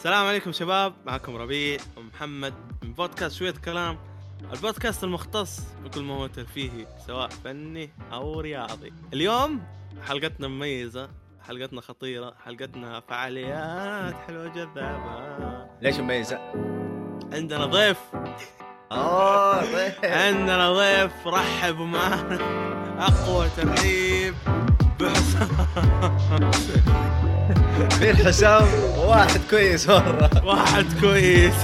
السلام عليكم شباب، معكم ربيع ومحمد من بودكاست شوية كلام، البودكاست المختص بكل ما هو ترفيهي سواء فني أو رياضي. اليوم حلقتنا مميزة، حلقتنا خطيرة، حلقتنا فعاليات حلوة جذابة. ليش مميزة؟ عندنا ضيف. ضيف. عندنا ضيف، رحبوا معنا. أقوى ترحيب مين حسام؟ واحد كويس مرة. واحد كويس.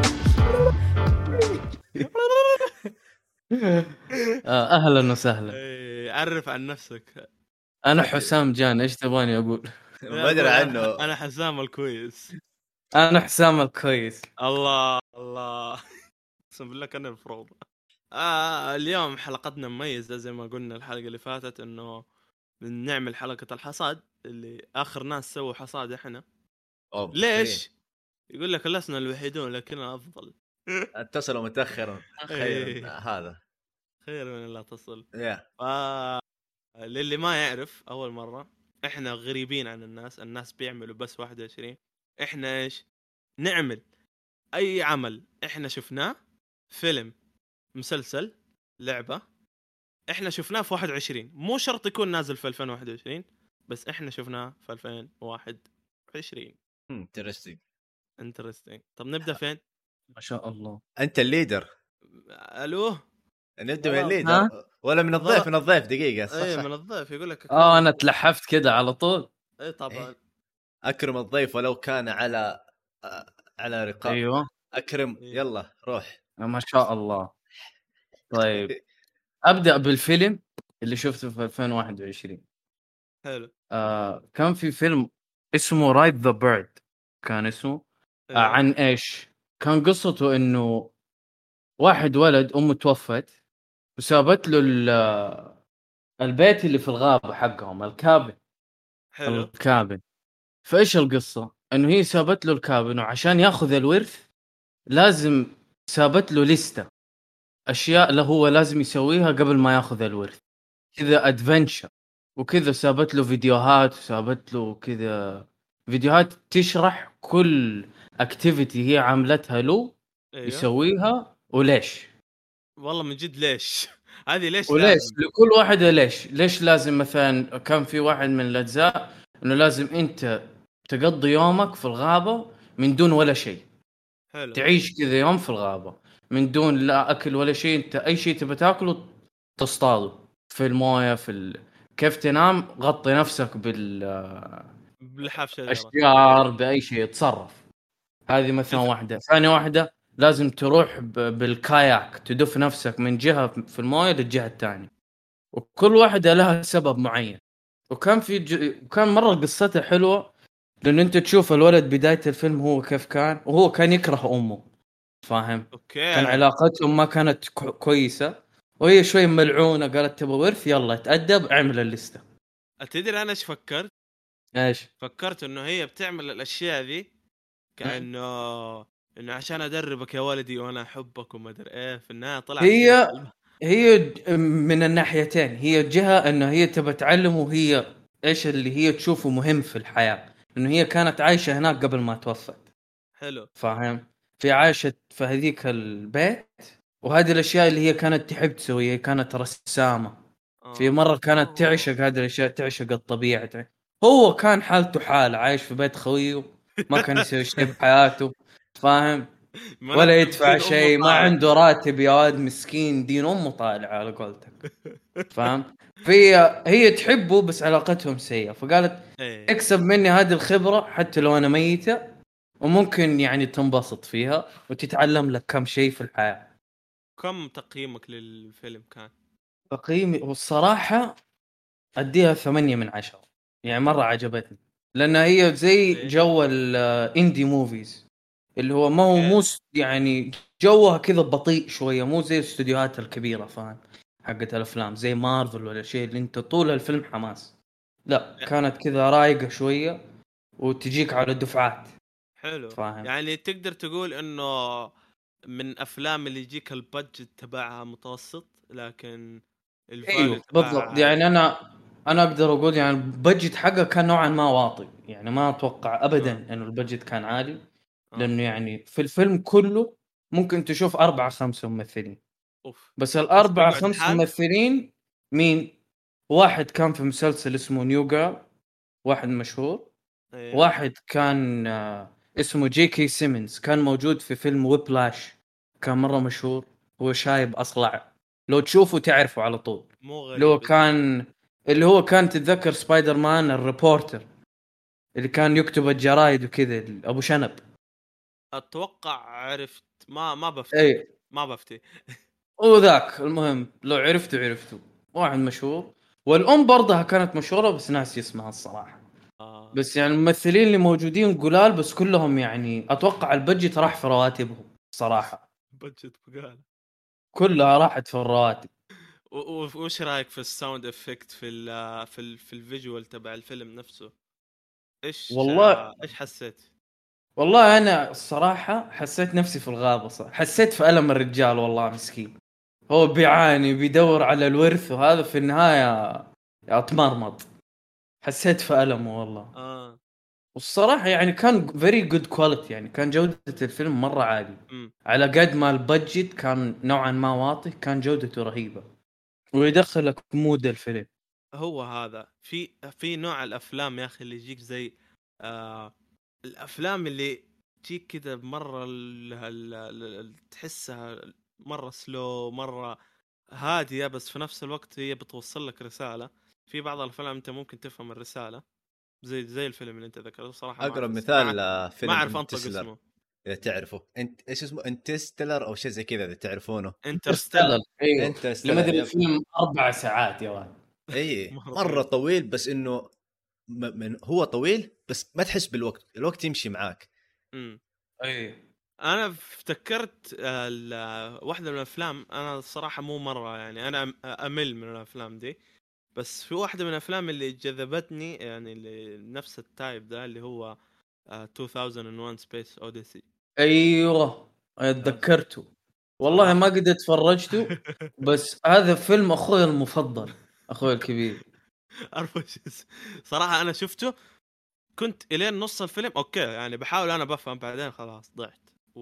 اهلا وسهلا. عرف عن نفسك. انا حسام جان، ايش تبغاني اقول؟ ما ادري عنه. انا حسام الكويس. انا حسام الكويس. الله اقسم بالله كان الفروض. اليوم حلقتنا مميزه زي ما قلنا الحلقه اللي فاتت، انه نعمل حلقه الحصاد اللي اخر ناس سووا حصاد احنا. ليش؟ يقول لك لسنا الوحيدون لكننا افضل. اتصلوا متاخر خير. هذا خير من لا تصل. للي ما يعرف اول مره، احنا غريبين عن الناس بيعملوا بس 21. احنا ايش نعمل؟ اي عمل احنا شفناه، فيلم، مسلسل، لعبة، احنا شفناه في 21، مو شرط يكون نازل في 2021، بس احنا شفناه في 2021. انترستينج. طب نبدأ فين؟ ما شاء الله، انت الليدر. الو، نبدأ من الليدر ولا من الضيف؟ من الضيف دقيقة. صح ايه صح. من الضيف. يقول لك انا تلحفت كده على طول. ايه طبعا. اكرم الضيف ولو كان على رقاب. ايوه اكرم. يلا روح. ما شاء الله. طيب ابدا بالفيلم اللي شفته في 2021. حلو. كان في فيلم اسمه رايد ذا بيرد. كان اسمه عن ايش؟ كان قصته انه واحد ولد امه توفت وسابت له البيت اللي في الغابة حقهم، الكابن. حلو. الكابن. فايش القصة؟ انه هي سابت له الكابن، وعشان ياخذ الورث لازم سابت له لستة اشياء اللي هو لازم يسويها قبل ما ياخذ الورث، كذا ادفنتشر وكذا. سابت له فيديوهات وسابت له كذا فيديوهات تشرح كل اكتيفيتي هي عملتها له. أيوه. يسويها وليش. والله من جد ليش؟ هذه ليش وليش لازم؟ لكل واحدة ليش لازم. مثلا كان في واحد من الأجزاء إنه لازم أنت تقضي يومك في الغابة من دون ولا شيء. حلو. تعيش كذا يوم في الغابة من دون لا أكل ولا شيء. أنت أي شيء تبي تاكله تصطاده في الموية كيف تنام غطي نفسك بلحاف شجرة، بالأشجار بأي شيء تصرف. هذه مثلا واحدة. ثاني واحدة لازم تروح بالكاياك تدف نفسك من جهة في الموية للجهة الثانية، وكل واحدة لها سبب معين. وكان كان مرة قصته حلوة، لأن أنت تشوف الولد بداية الفيلم هو كيف كان، وهو كان يكره أمه، فاهم؟ أوكي. كان علاقتهم ما كانت كويسة، وهي شوي ملعونة. قالت تبغى ورث، يلا تأدب اعمل الليستة. تدري أنا إيش فكرت؟ إيش؟ فكرت إنه هي بتعمل الأشياء ذي كأنه عشان أدربك يا ولدي وأنا أحبك وما أدري إيه. في النهاية طلعت هي من الناحيتين. هي جهة انه هي تبى تعلمه، وهي ايش اللي هي تشوفه مهم في الحياة، انه هي كانت عايشة هناك قبل ما توفت. حلو. فاهم؟ في عايشة في هذيك البيت، وهذه الاشياء اللي هي كانت تحب تسويها. كانت رسامة. في مرة كانت تعشق هذه الاشياء، تعشق الطبيعة. هو كان حالته حال عايش في بيت خويه، ما كان يسوي شيء بحياته، فاهم؟ ولا يدفع شيء، ما عنده راتب يا واد مسكين، دين امه طالع على قولتك، فاهم؟ هي تحبه بس علاقتهم سيئة، فقالت اكسب مني هذه الخبرة حتى لو انا ميتة، وممكن يعني تنبسط فيها وتتعلم لك كم شيء في الحياة. كم تقييمك للفيلم كان؟ تقييمي والصراحة اديها 8 من 10. يعني مرة عجبتني، لان هي زي جو الاندي موفيز، اللي هو ما هو يعني جوها كذا بطيء شويه، مو زي الاستوديوهات الكبيره، فاهم؟ حقت الافلام زي مارفل ولا شيء اللي انت طول الفيلم حماس. لا كانت كذا رايقه شويه وتجيك على الدفعات. حلو. فاهم؟ يعني تقدر تقول انه من افلام اللي يجيك البادجت تبعها متوسط، لكن الفاليو بالضبط. يعني انا اقدر اقول يعني البادجت حقه كان نوعا ما واطي، يعني ما اتوقع ابدا انه البادجت كان عالي، لانه يعني في الفيلم كله ممكن تشوف 4-5 ممثلين اوف بس بس ال4-5 تقعد الحال. ممثلين مين؟ واحد كان في مسلسل اسمه نيو جيرل، واحد مشهور. ايه واحد كان اسمه جي كي سيمنز، كان موجود في فيلم ويبلاش، كان مرة مشهور. هو شايب أصلع، لو تشوفه تعرفه على طول. مو اللي هو غريب كان اللي هو كان تتذكر سبايدر مان الريبورتر اللي كان يكتب الجرايد وكذا، أبو شنب. اتوقع عرفت. ما بفتي اي ما بفتي. هو ذاك. المهم لو عرفته واحد مشهور. والأم برضها كانت مشهورة بس ناسي اسمها الصراحة. بس يعني الممثلين اللي موجودين قلال بس كلهم يعني أتوقع البجت راح في رواتبهم صراحة. بجت بقال. كلها راحت في الرواتب. وش رايك في الساوند افكت في الفيجوال تبع الفيلم نفسه؟ والله ايش حسيت؟ والله أنا الصراحة حسيت نفسي في الغابة صح. حسيت في ألم الرجال والله مسكين، هو بيعاني بيدور على الورث وهذا في النهاية أتمرمط. حسيت في ألمه والله. والصراحة يعني كان very good quality، يعني كان جودة الفيلم مرة عالية. على قد ما البادجت كان نوعا ما واطي، كان جودته رهيبة ويدخلك مود الفيلم. هو هذا في نوع الافلام يا اخي اللي يجيك زي الافلام اللي تجيك كذا مرة تحسها مرة سلو، مرة هادية، بس في نفس الوقت هي بتوصل لك رسالة. في بعض الافلام انت ممكن تفهم الرسالة، زي الفيلم اللي انت ذكرته صراحة. اقرب ما مثال ما فيلم اعرف انطق انترستيلر، اسمه. اذا تعرفه انت ايش اسمه، انترستيلر او شيء زي كذا اذا تعرفونه. انترستيلر. ايوه انترستيلر لمدري يب. الفيلم 4 ساعات يا ولد. اي مره طويل بس انه من هو طويل بس ما تحس بالوقت، الوقت يمشي معاك. اي انا افتكرت واحده من الافلام، انا الصراحه مو مره يعني انا امل من الافلام دي، بس في واحده من الافلام اللي جذبتني يعني نفس التايب ده اللي هو 2001 سبيس اوديسي. ايوه اتذكرته والله، ما صراحه قد اتفرجته بس هذا فيلم اخوي المفضل، اخوي الكبير. صراحه انا شفته كنت الين نص الفيلم اوكي يعني بحاول انا بفهم، بعدين خلاص ضعت.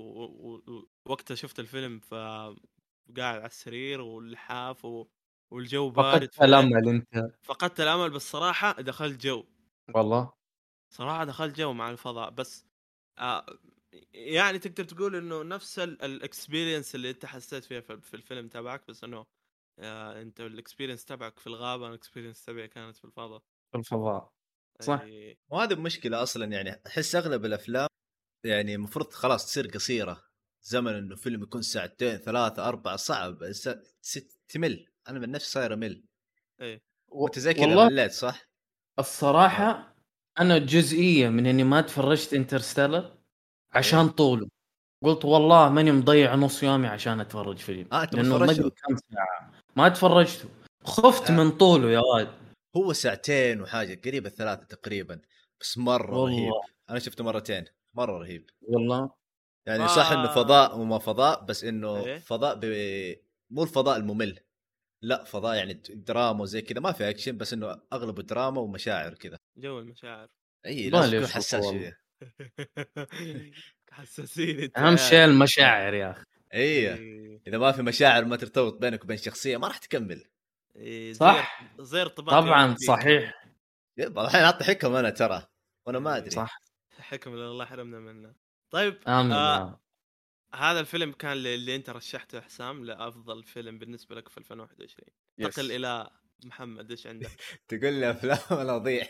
ووقتها شفت الفيلم قاعد على السرير واللحاف والجو بارد فقدت في الليل. الامل انت. فقدت الامل، بس صراحه دخلت جو. والله صراحه دخلت جو مع الفضاء. بس آه يعني تقدر تقول انه نفس الاكسبيرينس اللي انت حسيت فيها في الفيلم تبعك، بس انه انت الاكسبيرينس تبعك في الغابه، الاكسبيرينس تبعي كانت في الفضاء. في الفضاء صح. وهذا مشكله اصلا، يعني احس اغلب الافلام يعني المفروض خلاص تصير قصيره. زمن انه فيلم يكون ساعتين 3 4 صعب، تمل. انا من نفسي صاير امل. ايه وانت زي كذا والله مليت صح؟ الصراحة أنا جزئية من إني ما تفرجت انترستيلر عشان طوله. قلت والله ماني مضيع نص يومي عشان أتفرج فيلم، انت ما لأنه ما أدري تفرجته؟ كم ساعة. ما تفرجته، خفت من طوله يا واد. هو ساعتين وحاجه قريبه 3 تقريبا، بس مره رهيب. والله انا شفته مرتين، مره رهيب. والله يعني صح انه فضاء ما وما فضاء، بس انه ايه فضاء مو الفضاء الممل، لا فضاء يعني دراما وزي كذا، ما في اكشن بس انه اغلبه دراما ومشاعر كذا. جو المشاعر. اي ما لازم لي تكون أشوفه حساس والله. شويه. حساسين انت أهم شيء عارف. المشاعر يا أخي. اي إيه. اذا ما في مشاعر ما ترتبط بينك وبين شخصيه ما راح تكمل. إيه صح زي ارتباطي انا طبعا وفيك. صحيح. يبا الحين اعطي حكم انا ترى وانا ما إيه. ادري. صح حكم الله يحرمنا منه. طيب آمين يا هذا الفيلم كان اللي انت رشحته حسام لافضل فيلم بالنسبه لك في 2021. انتقل الى محمد، ايش عندك؟ تقول لي افلام ولا اضيع؟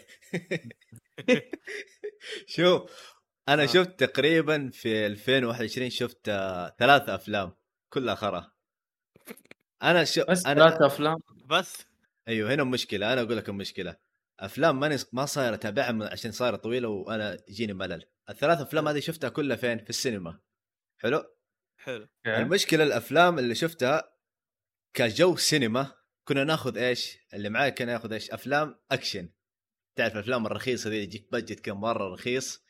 شوف انا شفت تقريبا في 2021 شفت 3 افلام كلها خرا. انا بس انا 3 أفلام بس ايوه هنا المشكله. انا اقول لك المشكله، افلام ما صاير اتابعها عشان صايره طويله وانا يجيني ملل. ال3 افلام هذه شفتها كلها فين؟ في السينما. حلو. حلو. المشكله الافلام اللي شفتها كجو سينما كنا ناخذ ايش اللي معايا، كان ياخذ ايش؟ افلام اكشن. تعرف الافلام الرخيصه دي يجيك بجت كم مره رخيص.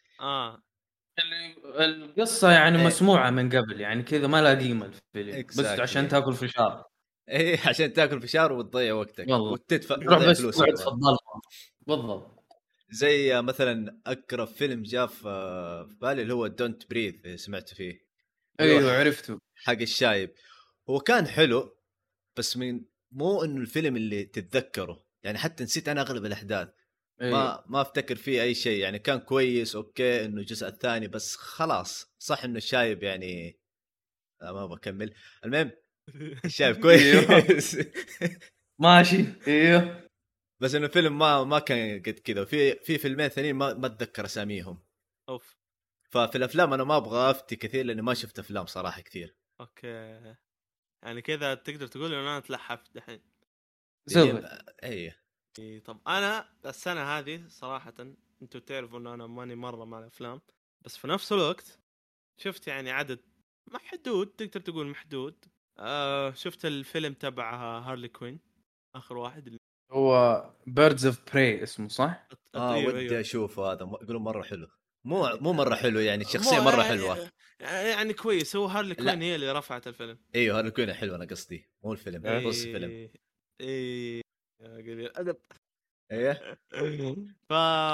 القصة يعني إيه. مسموعة من قبل، يعني كذا ما لها قيمة الفيلم بس عشان Exactly. تاكل فشار. ايه عشان تاكل فشار وتضيع وقتك والله وتدفع تروح وتضيع بس تقعد فلوسك في بعد. الظلمة. بالضبط. زي مثلا اقرب فيلم جاء في بالي اللي هو دونت بريث، سمعت فيه اللي هو ايوه عرفته. حق الشايب. هو كان حلو بس من مو انه الفيلم اللي تتذكره، يعني حتى نسيت انا اغلب الاحداث. ايوه ما افتكر فيه اي شيء، يعني كان كويس اوكي انه الجزء الثاني بس خلاص. صح انه الشايب يعني ما بكمل. المهم الشايب ايوه كويس ماشي ايوه. بس انه فيلم ما كان قد كذا. في فيلمين ثانيين ما اتذكر اساميهم. اوف. ففي الافلام انا ما ابغى افتي كثير لاني ما شفت افلام صراحه كثير. اوكي، يعني كذا تقدر تقول ان انا تلحفت دحين. زبد. اي إيه، طب انا السنه هذه صراحه، انتوا تعرفوا ان انا ماني مره مع الافلام، بس في نفس الوقت شفت يعني عدد محدود، تقدر تقول محدود. شفت الفيلم تبع هارلي كوين، اخر واحد اللي هو بيردز اوف براي اسمه صح؟ ايوه ودي ايوه. اشوفه هذا، يقولون مره حلو. مو يعني مو مره حلو، يعني مو الشخصيه مره حلوه. يعني كويس. هو هارلي كوين لا هي اللي رفعت الفيلم. ايوه هذا كله حلو، انا قصدي مو الفيلم، بص فيلم. ايه ايه يا قليل ادب. ايه ف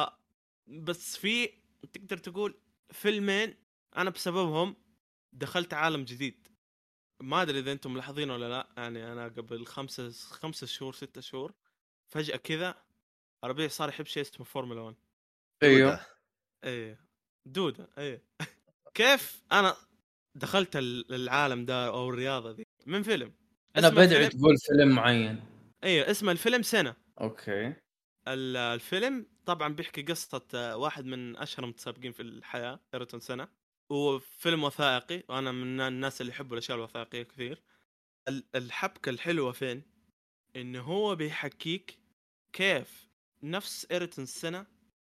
بس في، تقدر تقول فيلمين انا بسببهم دخلت عالم جديد. ما ادري اذا انتم ملاحظين ولا لا، يعني انا قبل 5 شهور 6 شهور فجأة كذا ربيع صار يحب شيء اسمه فورمولا 1. دوده. ايوه ايه دودة ايه. كيف انا دخلت العالم ده او الرياضة دي من فيلم. انا اسم بدعي الفيلم تقول فيلم معين. ايه اسم الفيلم سنة. اوكي. الفيلم طبعا بيحكي قصة واحد من اشهر المتسابقين في الحياة، ايرتون سنة. هو فيلم وثائقي وانا من الناس اللي يحبوا الاشياء الوثائقية كثير. الحبكة الحلوة فين؟ انه هو بيحكيك كيف نفس ايرتون سنة،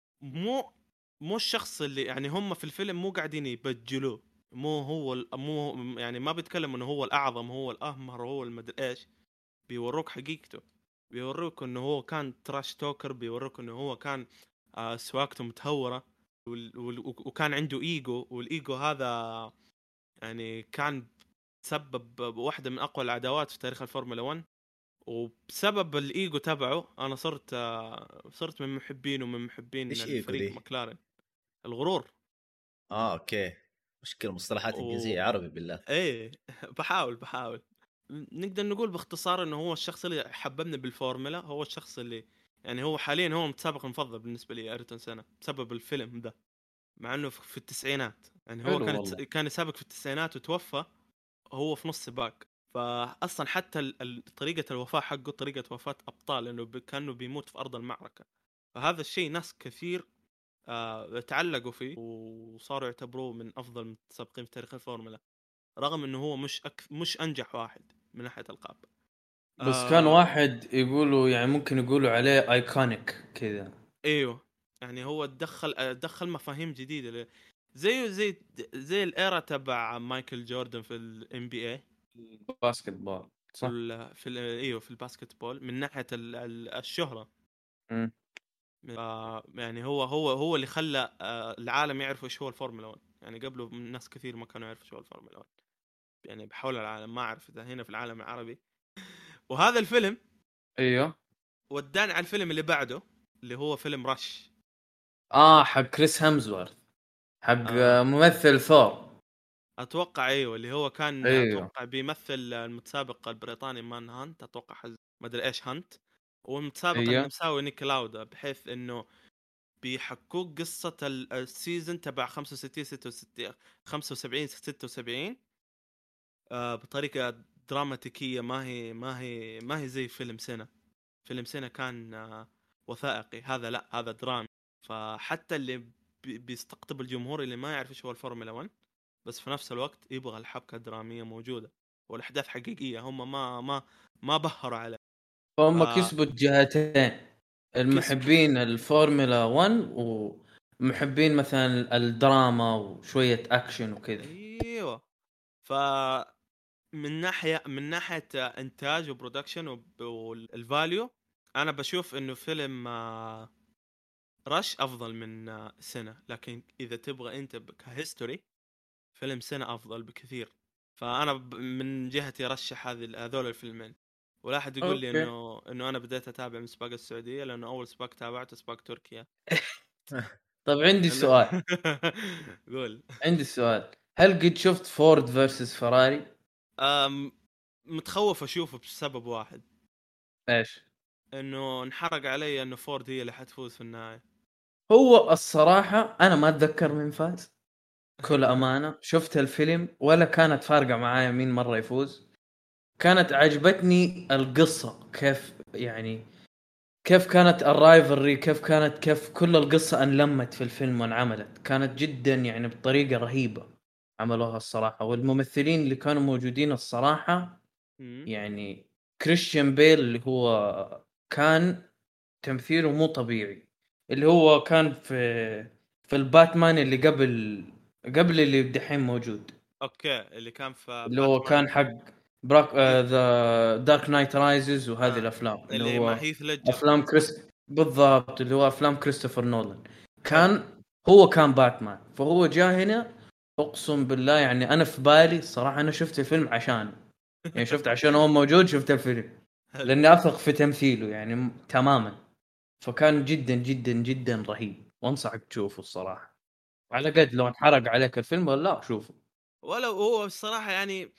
مو الشخص اللي يعني هم في الفيلم مو قاعدين يبجلوه. مو هو مو يعني ما بيتكلم انه هو الاعظم، هو الاهمر، هو المدري ايش. بيوروك حقيقته، بيوروك انه هو كان تراش توكر، بيوروك انه هو كان سواقته متهورة، وكان عنده ايجو، والايجو هذا يعني كان سبب واحدة من اقوى العداوات في تاريخ الفورمولا 1. وبسبب الايجو تبعه انا صرت من محبين ومن محبين ايش ايجو الفريق دي؟ مكلارن. الغرور. اوكي. مشكله مصطلحات و انجليزيه عربي بالله. ايه بحاول. نقدر نقول باختصار انه هو الشخص اللي حببني بالفورمولا، هو الشخص اللي يعني هو حاليا هو المتسابق المفضل بالنسبه لي ايرتون سنة بسبب الفيلم ده. مع انه في التسعينات، يعني هو حلو والله. كان يسابق في التسعينات وتوفى هو في نص سباق. فاصلا حتى طريقه الوفاه حقه طريقه وفاه ابطال، انه كانه بيموت في ارض المعركه. فهذا الشيء ناس كثير تعلقوا فيه وصاروا يعتبروه من افضل المتسابقين في تاريخ الفورمولا، رغم انه هو مش انجح واحد من ناحيه القاب. بس كان آه واحد يقولوا يعني ممكن يقولوا عليه ايكونيك كذا. ايوه، يعني هو دخل مفاهيم جديده زيه زي الايرا تبع مايكل جوردن في الام بي اي، باسكت بول صح. ايوه في الباسكت بول من ناحيه الشهره. مم. يعني هو اللي خلى العالم يعرفوا ايش هو الفورمولا 1. يعني قبله ناس كثير ما كانوا يعرفوا ايش هو الفورمولا 1، يعني بحول العالم ما اعرف اذا هنا في العالم العربي. وهذا الفيلم ايوه. وداني على الفيلم اللي بعده، اللي هو فيلم رش. حق كريس هامزورث، حق آه ممثل ثور. اتوقع ايوه، اللي هو كان ايوه اتوقع بيمثل المتسابق البريطاني مان هانت، اتوقع ما ادري ايش هانت. والمتسابق ايوه النمساوي نيك لاودا، بحيث انه بيحكوك قصة السيزن تبع 65 66 75 76 بطريقة دراماتيكية. ما هي زي فيلم سنة. فيلم سنة كان وثائقي، هذا لا، هذا درامي. فحتى اللي بيستقطب الجمهور اللي ما يعرف ايش هو الفورمولا 1، بس في نفس الوقت يبغى الحبكة الدرامية موجودة والاحداث حقيقية، هم ما بهروا عليه. فهم ف كسبوا الجهتين، كسب المحبين الفورمولا 1 ومحبين مثلا الدراما وشوية اكشن وكذا. ايوه. ف من ناحيه انتاج وبرودكشن والفاليو، انا بشوف انه فيلم رش افضل من سنة. لكن اذا تبغى انت كهيستوري، فيلم سنة افضل بكثير. فانا من جهتي رشح هذول الفيلمين. ولا احد يقول لي أوكي. انه انا بديت اتابع من سباق السعوديه، لانه اول سباق تابعته سباق تركيا. طب عندي سؤال. قول. عندي سؤال، هل قد شفت فورد فيرسس فراري؟ متخوف اشوفه بسبب واحد، ايش؟ انه انحرق علي انه فورد هي اللي حتفوز في النهايه. هو الصراحة انا ما اتذكر مين فاز، كل امانة شفت الفيلم ولا كانت فارقة معايا مين مرة يفوز. كانت عجبتني القصة، كيف يعني كيف كانت الرايفلري، كيف كل القصة انلمت في الفيلم وانعملت، كانت جدا يعني بطريقة رهيبة عملوها الصراحة. والممثلين اللي كانوا موجودين الصراحة يعني كريستيان بيل اللي هو كان تمثيله مو طبيعي، اللي هو كان في الباتمان اللي قبل اللي دحين موجود، اوكي اللي كان في اللي هو باتمان كان حق براك ذا دارك نايت رايزز وهذه الافلام اللي اللي مع هو هيث ليدجر. افلام بالضبط اللي هو افلام كريستوفر نولان. حلو. هو كان باتمان، فهو جاء هنا. اقسم بالله يعني انا في بالي الصراحه انا شفت الفيلم عشان يعني شفت عشان هو موجود، شفت الفيلم حلو. لاني اثق في تمثيله يعني تماما. فكان جدا جدا جدا رهيب، وانصحك تشوفه الصراحه، على قد لو انحرق عليك الفيلم ولا لا شوفه. ولو هو الصراحه يعني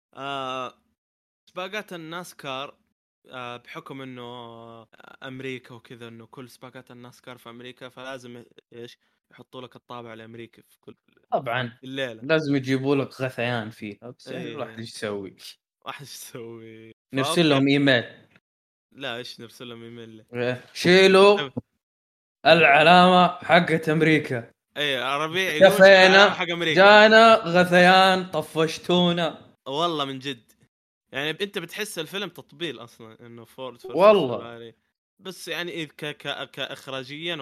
سباقات الناسكار بحكم انه امريكا وكذا، انه كل سباقات الناسكار في امريكا، فلازم ايش يحطوا لك الطابع الامريكي في كل طبعا الليله. لازم يجيبوا لك غثيان فيها، بس يعني الواحد ايه ايش يسوي؟ واحد يسوي نرسل فاوكي. لهم ايميل، لا ايش نرسل لهم ايميل؟ شيلوا العلامه حقت امريكا، ايه ربيع يقول شيل العلامه كفينا حق امريكا. جانا غثيان طفشتونا. والله من جد، يعني انت بتحس الفيلم تطبيل اصلا انه فورد فيرسس والله فيراري، بس يعني إذ كاخراجيا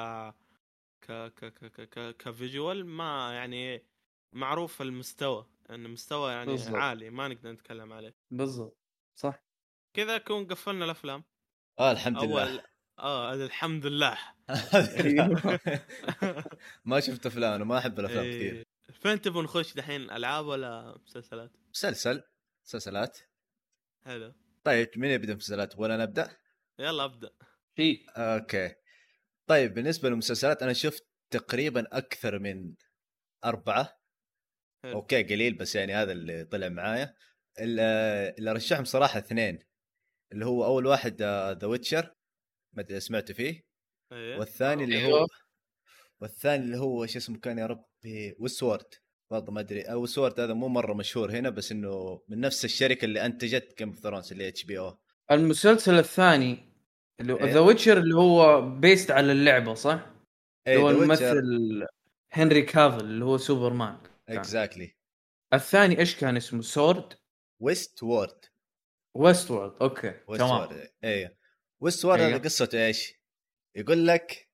كفيجوال ما يعني معروف المستوى، انه مستوى يعني بالضبط عالي ما نقدر نتكلم عليه. بالضبط صح. كذا كون قفلنا الافلام. الحمد لله. اول الحمد لله. ايوه ما شفت افلام، انا ما احب الافلام إيه. كثير. فين تبون نخش دحين، العاب ولا مسلسلات؟ مسلسلات. حلو. طيب مين يبدا مسلسلات ولا نبدا؟ يلا ابدا. شيء اوكي. طيب بالنسبه للمسلسلات انا شفت تقريبا اكثر من 4. حلو. اوكي قليل بس يعني هذا اللي طلع معايا. اللي رشحهم صراحه 2، اللي هو اول واحد ذا ويتشر، ما ادري سمعت فيه. ايه والثاني معروف. اللي هو والثاني اللي هو ايش اسمه كان يا ربي، وسورد. برضه ما ادري، او سورد هذا مو مره مشهور هنا، بس انه من نفس الشركه اللي انتجت جيم اوف ثرونز اللي اتش بي او. المسلسل الثاني اللي ذا ايه ويتشر اللي هو بيست على اللعبه صح؟ اللي ايه هو ذا الممثل ويتشر هنري كافل اللي هو سوبرمان كان. اكزاكتلي. الثاني ايش كان اسمه؟ سورد ويست وورد. ويست وورد. اوكي ويست تمام. وورد ايه. ويست وورد هذا ايوه قصته ايش؟ يقول لك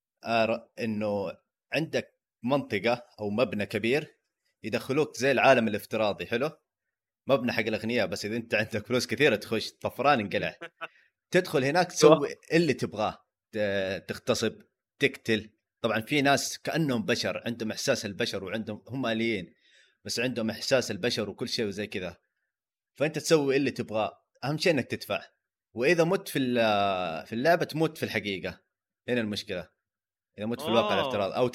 انه عندك منطقه او مبنى كبير يدخلوك زي العالم الافتراضي. حلو، مبنى حق الاغنياء، بس اذا انت عندك فلوس كثيره تخش طفران انقلع. تدخل هناك تسوي ايوه اللي تبغاه، تغتصب، تقتل. طبعا في ناس كانهم بشر، عندهم احساس البشر وعندهم هم آليين، بس عندهم احساس البشر وكل شيء وزي كذا. فانت تسوي اللي تبغاه، اهم شيء انك تدفع. واذا مت في اللعبه تموت في الحقيقه. هنا المشكله، اذا مت في الواقع الافتراض اوه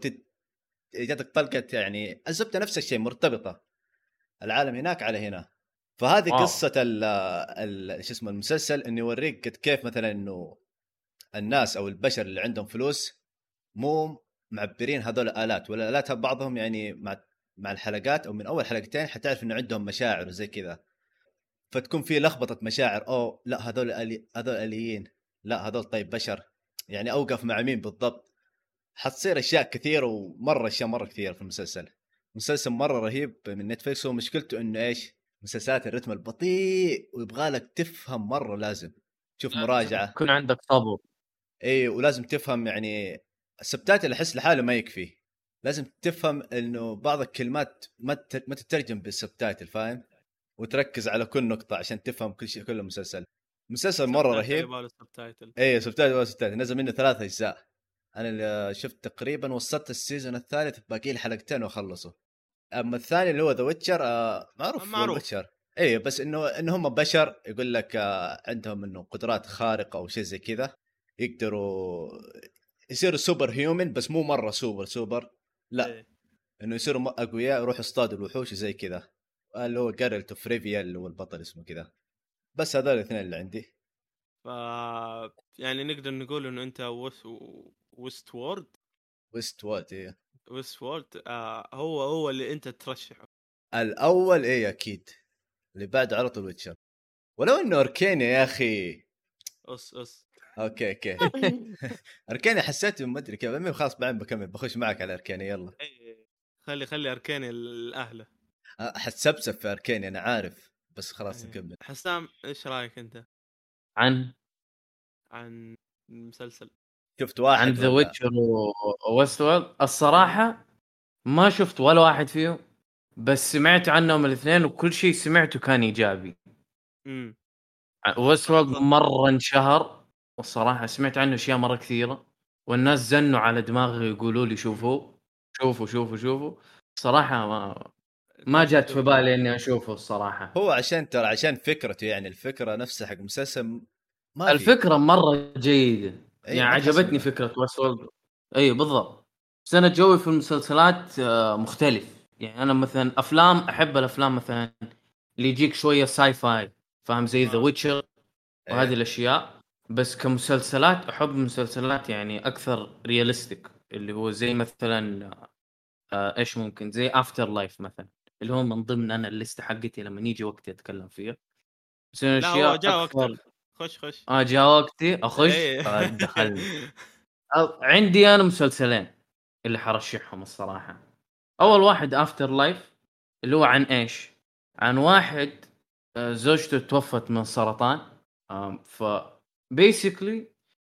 جاتك طلقه، يعني الزبده نفس الشيء مرتبطه، العالم هناك على هنا. فهذه واو قصه شو اسمه المسلسل، انه يوريك قد كيف مثلا انه الناس او البشر اللي عندهم فلوس مو معبرين هذول الالات، ولا الالات بعضهم يعني مع الحلقات او من اول حلقتين حتعرف انه عندهم مشاعر وزي كذا. فتكون في لخبطه مشاعر، او لا هذول هذول اليين، لا هذول طيب بشر، يعني اوقف مع مين بالضبط. حتصير اشياء كثيره، ومره اشياء مره كثيره في المسلسل. مسلسل مره رهيب من نتفلكس. ومشكلته انه ايش، مسلسلات الرتم البطيء، ويبغى لك تفهم مره، لازم تشوف لازم مراجعه. يكون عندك صبر. اي ولازم تفهم يعني السبتات اللي احس لحاله ما يكفي. لازم تفهم انه بعض الكلمات ما تترجم بالسبتايتل، فاهم؟ وتركز على كل نقطه عشان تفهم كل شيء. كل مسلسل مره سبتايتل رهيب. يبغى له سبتايتل. اي سبتايتل نزل منه 3 اجزاء. انا اللي شفت تقريبا وصلت السيزون الثالث، باقي لي حلقتين واخلصه. اما الثاني اللي هو ذا ويتشر، معروف هو معروف. الويتشر. ايه بس انه هم بشر، يقول لك عندهم انه قدرات خارقه او شيء زي كذا، يقدروا يصيروا سوبر هيومن، بس مو مره سوبر لا، إيه. انه يصيروا اقوياء، يروحوا يصطادوا الوحوش زي كذا. اللي هو جارلت اوف ريفيا اللي هو البطل اسمه كذا. بس هذول الاثنين اللي عندي. ف يعني نقدر نقول انه انت ويست وورد. ويست وورد إيه. ويست وورد هو اللي انت ترشحه. الاول ايه اكيد، اللي بعده على طول ويتشر، ولو انه اركيني يا اخي. اس اوكي اركيني حسيت ما ادري كيف، المهم خلاص بعدين بكمل بخش معك على اركيني يلا. إيه. خلي اركاني الاهله. حتسبسب في اركيني انا عارف، بس خلاص إيه. نكمل. حسام ايش رايك انت عن عن المسلسل؟ شفت واحد ذا ولا؟ ويتشر وويستورد. الصراحه ما شفت ولا واحد فيهم، بس سمعت عنهم الاثنين وكل شيء سمعته كان ايجابي. امم ويستورد مره انشهر، والصراحه سمعت عنه اشياء مره كثيره، والناس زنوا على دماغي يقولوا لي شوفوا. صراحه ما لازم جات في تشوفه. بالي اني اشوفه الصراحه. هو عشان ترى عشان فكرته، يعني الفكره نفسها حق مسلسل ما في. الفكره مره جيده، اي يعني ما تحس عجبتني فكره ويستورد. اي بالضبط. بس انا جوي في المسلسلات مختلف. يعني انا مثلا افلام، احب الافلام مثلا اللي يجيك شويه ساي فاي، فاهم، زي ذا ويتشر وهذه إيه. الاشياء. بس كمسلسلات احب مسلسلات يعني اكثر رياليستيك، اللي هو زي مثلا ايش ممكن زي افتر لايف مثلا، اللي هو من ضمن انا الليسته حقتي لما يجي وقت اتكلم فيها. بس لا هو اشياء جاء اكثر. وقتك. خش جاء وقتي اخش ايه. دخلني. عندي انا مسلسلين اللي حرشحهم الصراحه. اول واحد افتر لايف، اللي هو عن ايش؟ عن واحد زوجته توفت من السرطان. ف بيسكلي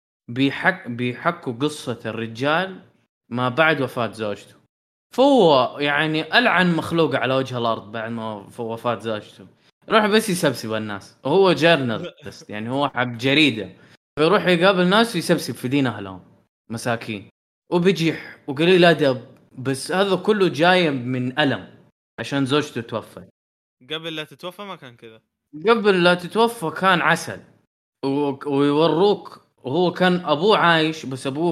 بيحكوا قصة الرجال ما بعد وفاة زوجته. فهو يعني ألعن مخلوق على وجه الأرض بعد ما وفاة زوجته. يروح بس يسبسب الناس، وهو جورنالست يعني هو حق جريدة، فيروح يقابل ناس ويسبسب في دين أهلهم مساكين، وبيجيح وقليل أدب. بس هذا كله جاي من ألم عشان زوجته توفت. قبل لا تتوفى ما كان كذا. قبل لا تتوفى كان عسل. ويوروك وهو كان ابوه عايش، بس ابوه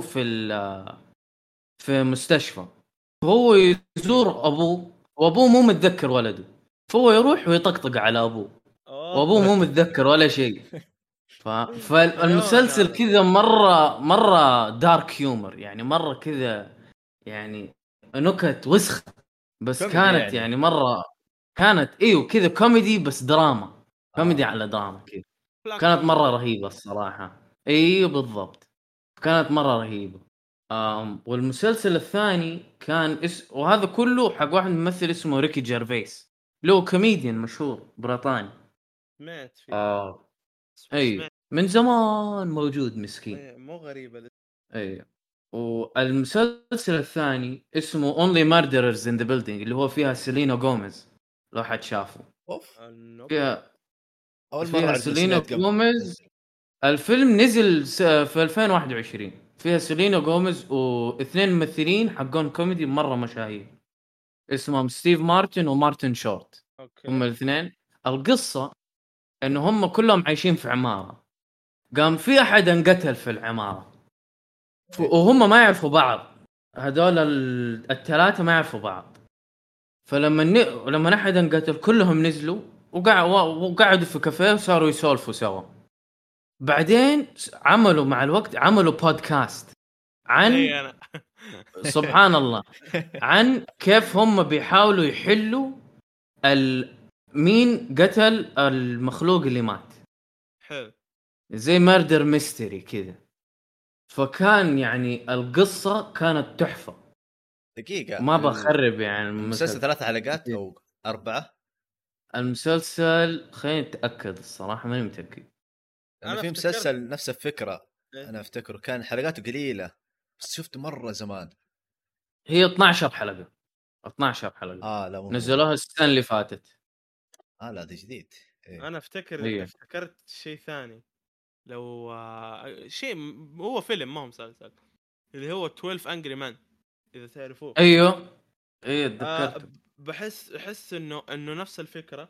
في مستشفى. فهو يزور ابوه وابوه مو متذكر ولده، فهو يروح ويطقطق على ابوه وابوه مو متذكر ولا شيء. حيوان فالمسلسل هذا. كذا مره دارك هيومر، يعني مره كذا، يعني نكت وسخ. بس كوميدي كانت يعني. يعني مره كانت ايوه كذا كوميدي، بس دراما. كوميدي اه على دراما كذا. بلاك كانت كوميدي. مرة رهيبة الصراحة. ايوه بالضبط، كانت مرة رهيبة. والمسلسل الثاني كان وهذا كله حق واحد ممثل اسمه ريكي جيرفيس، له كوميديان مشهور بريطاني. سمعت فيه. آه اي سمعت. من زمان موجود مسكين. إيه، مو غريبة. اي. والمسلسل الثاني اسمه Only Murderers in the Building، اللي هو فيها سيلينا غوميز، لو حد شافه. اوف، نوب. فيها اول مره فيها اعرف سيلينا مسلسلات قبل. غوميز. الفيلم نزل في 2021. فيها سيلينا غوميز واثنين ممثلين حقون كوميدي مرة مشاهير، اسمهم ستيف مارتن ومارتن شورت. هم اوكي. الاثنين. القصة انه هم كلهم عايشين في عمارة، قام في احد انقتل في العمارة، وهم ما يعرفوا بعض. هذول الثلاثة ما يعرفوا بعض. فلما لما احد انقتل كلهم نزلوا وقعدوا في كافيه وصاروا يسولفوا سوا. بعدين عملوا مع الوقت عملوا بودكاست عن، زي انا. سبحان الله، عن كيف هم بيحاولوا يحلوا مين قتل المخلوق اللي مات، حلو. زي ماردر ميستري كذا. فكان يعني القصة كانت تحفة. دقيقه ما بخرب يعني المسلسل المسلسل. 3 حلقات او 4؟ المسلسل خليني اتاكد الصراحة ماني متاكد. لانه انا في افتكرت. مسلسل نفس الفكره، إيه؟ انا افتكره كان حلقاته قليله، بس شفته مره زمان. هي 12 حلقة. 12 حلقة لا مو هو. نزلوها السنة اللي فاتت. لا ده جديد. إيه. انا ايوه افتكرت شيء ثاني. لو شيء هو فيلم ما هو مسلسل، اللي هو 12 انجري مان، اذا تعرفوه. ايوه ايوه تذكرته. بحس انه نفس الفكره.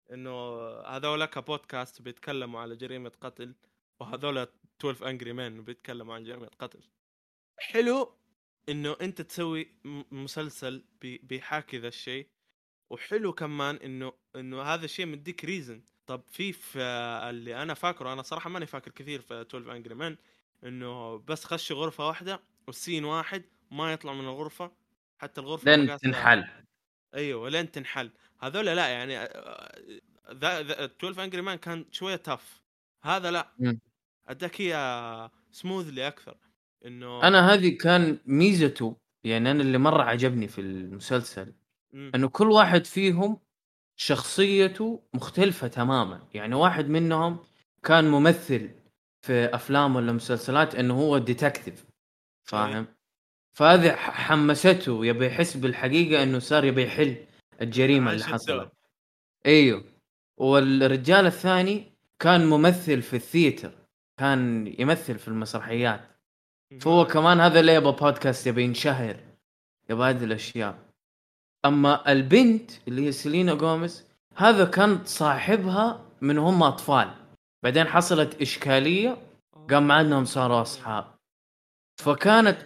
انه هذول كبودكاست بيتكلموا على جريمه قتل، وهذول 12 انجري مان بيتكلموا عن جريمه قتل. حلو انه انت تسوي مسلسل بيحاكي ذا الشيء، وحلو كمان انه هذا الشيء مديك ريزن. طب في اللي انا فاكره، انا صراحه ماني فاكر كثير في 12 انجري مان، انه بس خش غرفه واحده والسين واحد ما يطلع من الغرفه، حتى الغرفه لن مقاسها. تنحل. ايوه لين تنحل. هذول لا يعني ذا 12 انجري مان كان شويه تاف، هذا لا مم. اداك هي سموذلي اكثر. انه انا هذه كان ميزته، يعني انا اللي مره عجبني في المسلسل مم. انه كل واحد فيهم شخصيته مختلفه تماما. يعني واحد منهم كان ممثل في افلام ولا مسلسلات انه هو ديتكتيف، اي فاهم؟ فهذه حمسته، يبي يحس بالحقيقه انه صار يبي يحل الجريمه اللي ايش تسوي؟ حصلت. ايوه. والرجال الثاني كان ممثل في الثياتر، كان يمثل في المسرحيات. فهو كمان هذا اللي يبغى بودكاست، يبي ينشهر، يبغى هذه الاشياء. اما البنت اللي هي سيلينا غوميز، هذا كان صاحبها من هم اطفال، بعدين حصلت اشكاليه قام مع انهم صاروا اصحاب. فكانت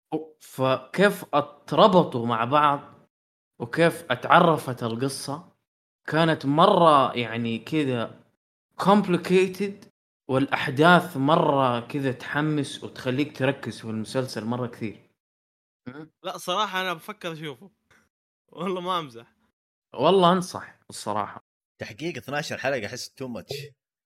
فكيف اتربطوا مع بعض وكيف اتعرفت القصه كانت مره يعني كذا complicated، والاحداث مره كذا تحمس وتخليك تركز في المسلسل مره كثير. لا صراحه انا بفكر اشوفه والله ما امزح. والله انصح الصراحه. تحقيق 12 حلقه احس تو ماتش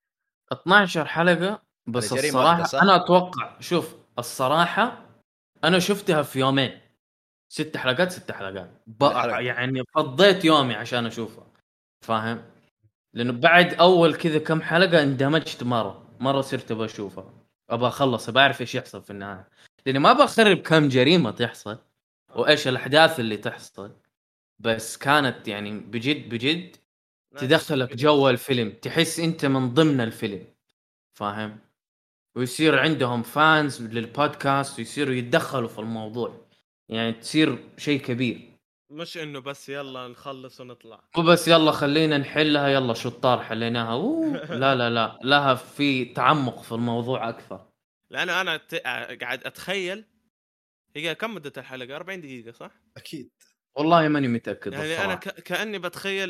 12 حلقه على بس جريمه واحده، الصراحه صح؟ انا اتوقع، شوف الصراحه انا شفتها في يومين، 6 حلقات 6 حلقات كل حلقه يعني فضيت يومي عشان اشوفها، فاهم؟ لانه بعد اول كذا كم حلقه اندمجت مره صرت بشوفها، ابى اخلص، بعرف ايش يحصل في النهايه، لاني ما بخرب كم جريمه تحصل وايش الاحداث اللي تحصل. بس كانت يعني بجد بجد نايس تدخلك اكسبيرينس. جو الفيلم، تحس انت من ضمن الفيلم، فاهم؟ ويصير عندهم فانز للبودكاست ويصيروا يتدخلوا في الموضوع، يعني تصير شيء كبير. مش انه بس يلا نخلص ونطلع. مو بس يلا خلينا نحلها، يلا شطار حليناها، لا لا لا، لها في تعمق في الموضوع اكثر. لانه انا قاعد اتخيل هي كم مدة الحلقة؟ 40 دقيقة صح؟ اكيد. والله ماني متاكد يعني انا الصراحه. كاني بتخيل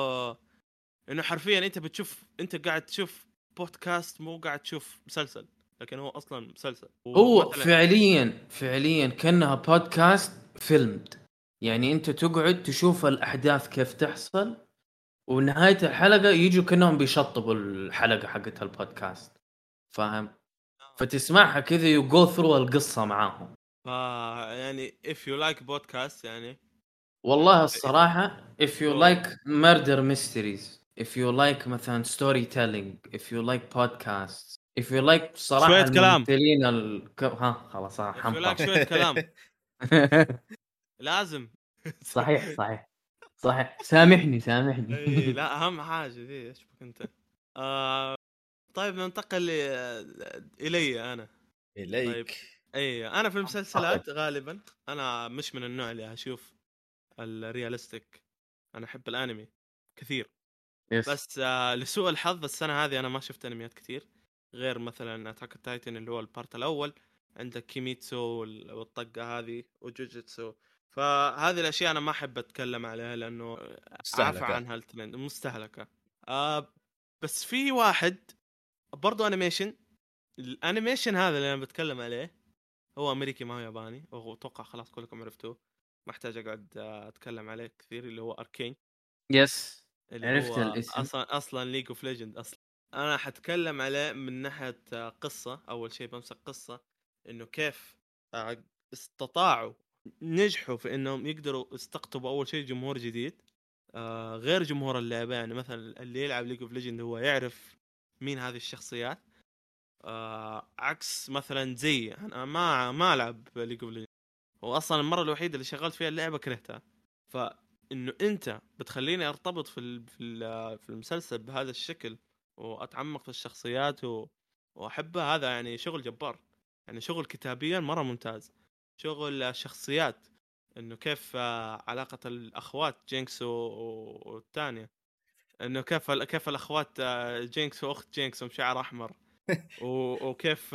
انه حرفيا انت بتشوف، انت قاعد تشوف بودكاست مو قاعد تشوف مسلسل، لكن هو اصلا مسلسل. هو ومثلا فعليا كانها بودكاست فيلمد، يعني انت تقعد تشوف الاحداث كيف تحصل، ونهايه الحلقه يجوا كانهم بيشطبوا الحلقه حقت البودكاست، فاهم؟ فتسمعها كذا يو جو ثرو القصه معاهم. يعني if you like podcast يعني والله الصراحه if you جو. like murder mysteries, if you like مثلا storytelling, if you like podcasts, if you like صراحه شوية كلام الممثلين ها خلاص if you like حنطر. شوية كلام لازم. صحيح صحيح صحيح، سامحني سامحني. اي لا اهم حاجة ذي ايش بك انت. طيب ننتقل الي انا. طيب اليك. اي انا في أوكي. المسلسلات غالبا انا مش من النوع اللي اشوف الرياليستيك، انا احب الانمي كثير. يس. بس لسوء الحظ السنه هذه انا ما شفت انميات كثير، غير مثلا اتاك تايتن اللي هو البارت الاول، عندك كيميتسو والطقه هذه وجوجيتسو. فهذه الاشياء انا ما احب اتكلم عليها لانه عافى مستهلكه. عنها الترند مستهلكه. بس في واحد برضو انيميشن، الانيميشن هذا اللي انا بتكلم عليه هو امريكي ما هو ياباني، واتوقع خلاص كلكم عرفتوه، ما احتاج اقعد اتكلم عليه كثير، اللي هو اركين، يس اللي عرفت هو الاسم. اصلا ليج اوف ليجند اصلا. انا حتكلم عليه من ناحيه قصه. اول شيء بمسك قصه انه كيف استطاعوا نجحوا في انهم يقدروا يستقطبوا اول شيء جمهور جديد غير جمهور اللعبه. يعني مثلا اللي يلعب ليج اوف ليجند هو يعرف مين هذه الشخصيات، عكس مثلا زي انا ما العب ليج اوف ليجند، واصلا المره الوحيده اللي شغلت فيها اللعبه كرهتها. فانه انت بتخليني ارتبط في المسلسل بهذا الشكل واتعمق في الشخصيات واحبها، هذا يعني شغل جبار، يعني شغل كتابيا مره ممتاز، شغل الشخصيات، انه كيف علاقه الاخوات جينكس والثانيه انه كيف الاخوات جينكس واخت جينكس بشعر احمر وكيف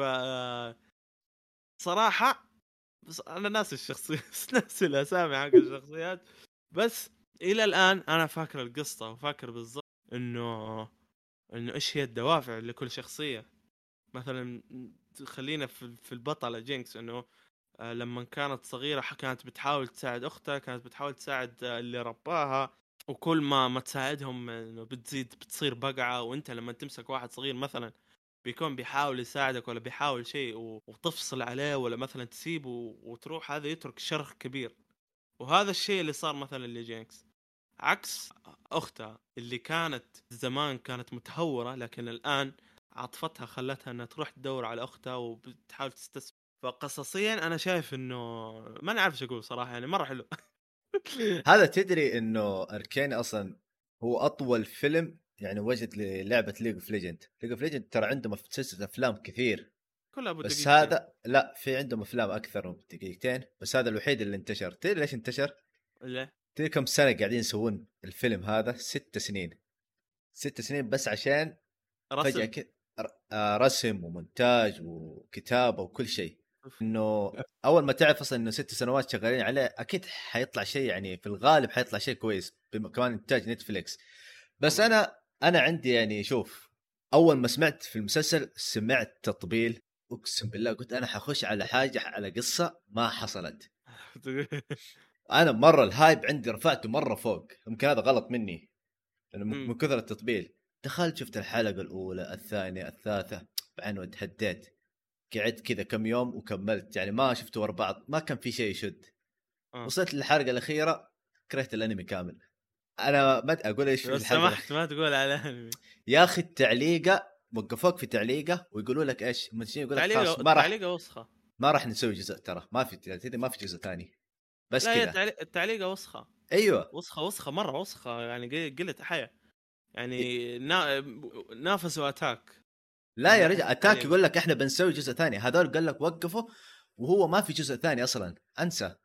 صراحه بس انا ناس الشخصيه ناس الاسامي حق الشخصيات بس الى الان انا فاكر القصه وفاكر بالضبط انه ايش هي الدوافع لكل شخصيه. مثلا خلينا في البطله جينكس انه لما كانت صغيره كانت بتحاول تساعد اختها، كانت بتحاول تساعد اللي رباها، وكل ما تساعدهم انه بتصير بقعه. وانت لما تمسك واحد صغير مثلا بيكون بيحاول يساعدك ولا بيحاول شيء وتفصل عليه ولا مثلا تسيبه وتروح، هذا يترك شرخ كبير. وهذا الشيء اللي صار مثلا لجينكس، عكس اختها اللي كانت زمان كانت متهورة لكن الان عاطفتها خلتها انها تروح تدور على اختها وبتحاول تستسمح. فقصصيا انا شايف انه ما نعرف ايش اقول صراحة، يعني مرة حلو. هذا تدري انه اركين اصلا هو اطول فيلم يعني وجد للعبه ليج اوف ليجند. ليج اوف ليجند ترى عندهم في سلسله افلام كثير، كلها ابو بس دقيقتين. هذا لا، في عندهم افلام اكثر من دقيقتين، بس هذا الوحيد اللي انتشر. تدري ليش انتشر؟ ليه؟ تدري كم سنه قاعدين يسوون الفيلم هذا؟ 6 سنين. 6 سنين بس عشان فجاه رسم. كذا رسم ومونتاج وكتابه وكل شيء. انه اول ما تعرف اصلا انه 6 سنوات شغالين عليه اكيد حيطلع شيء، يعني في الغالب حيطلع شيء كويس، كمان انتاج نتفليكس. بس طبعا. انا عندي يعني شوف، اول ما سمعت في المسلسل سمعت تطبيل، اقسم بالله قلت انا حخش على حاجه على قصه ما حصلت. انا مره الهايب عندي رفعته مره فوق، يمكن هذا غلط مني لانه من كثر التطبيل. دخلت شفت الحلقه الاولى الثانيه الثالثه، بعدين اتهديت، قعدت كذا كم يوم وكملت، يعني ما شفته ورا بعض، ما كان في شيء يشد. وصلت للحلقه الاخيره كرهت الانمي كامل. انا ما اقول ايش في لو الحلقه سمحت ما تقول على انمي. يا اخي التعليقه وقفوك في تعليقه ويقولوا لك ايش المنتجين، يقول لك خلاص ما راح، تعليقه وسخه. ما راح نسوي جزء، ترى ما في ما في جزء ثاني، بس لا هي كذا. التعليقه وسخه. ايوه وسخه مره وسخه، يعني قله حياه. يعني نافسوا اتاك لا من يا ناحيه رجال، اتاك التعليق. يقول لك احنا بنسوي جزء ثاني، هذول قال لك وقفوا وهو ما في جزء ثاني اصلا، انسى.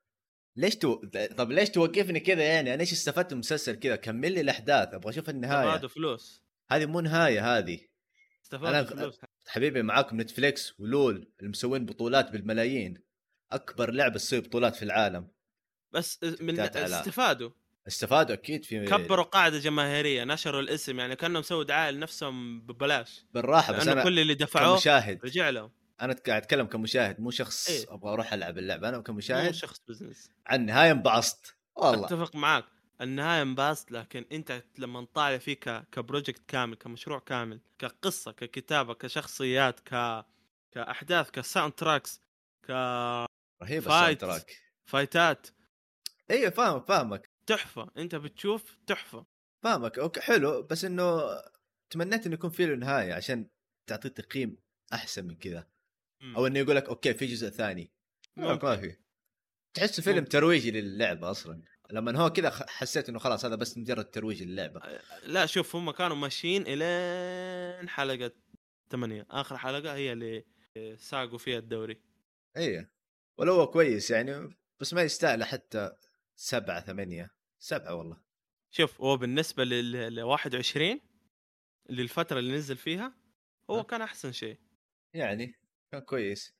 طب ليش توقفني كذا؟ يعني انا ايش استفدت من المسلسل كذا؟ كمل لي الاحداث، ابغى اشوف النهايه. استفادوا فلوس. هذه مو نهايه هذه. استفادوا انا فلوس. حبيبي معاكم نتفليكس ولول المسوين بطولات بالملايين، اكبر لعبه تسوي بطولات في العالم. بس من تحتاج على استفادوا. استفادوا اكيد في كبروا قاعده جماهيريه، نشروا الاسم، يعني كانوا مسوي دعايه لنفسهم ببلاش. بالراحه، بس لانه انا كل اللي دفعوه كمشاهد، رجع لهم. انا قاعد اتكلم كمشاهد مو شخص ايه ابغى اروح العب اللعبه، انا مو كمشاهد شخص بزنس. عن النهايه انبعصت والله. اتفق معاك، النهايه انباست، لكن انت لما طالع فيه كبروجكت كامل، كمشروع كامل، كقصه، ككتابه، كشخصيات، كاحداث، كساوند تراكس، رهيب الساوند كفايت، تراك. فايتات، ايوه فاهمك تحفه. انت بتشوف تحفه. فاهمك اوكي حلو، بس انه تمنيت انه يكون في له نهايه عشان تعطي تقييم احسن من كذا، او انه يقول لك اوكي في جزء ثاني. ما ممكن. في، تحس فيلم ممكن. ترويجي للعبه اصلا. لما هو كذا حسيت انه خلاص هذا بس مجرد ترويج للعبه. لا شوف، هم كانوا ماشيين الين حلقه 8، اخر حلقه هي اللي ساقوا فيها الدوري. ايه ولو هو كويس يعني، بس ما يستاهل حتى 7 8. 7 والله. شوف هو بالنسبه لل 21 للفتره اللي نزل فيها هو ها؟ كان احسن شيء. يعني كان كويس.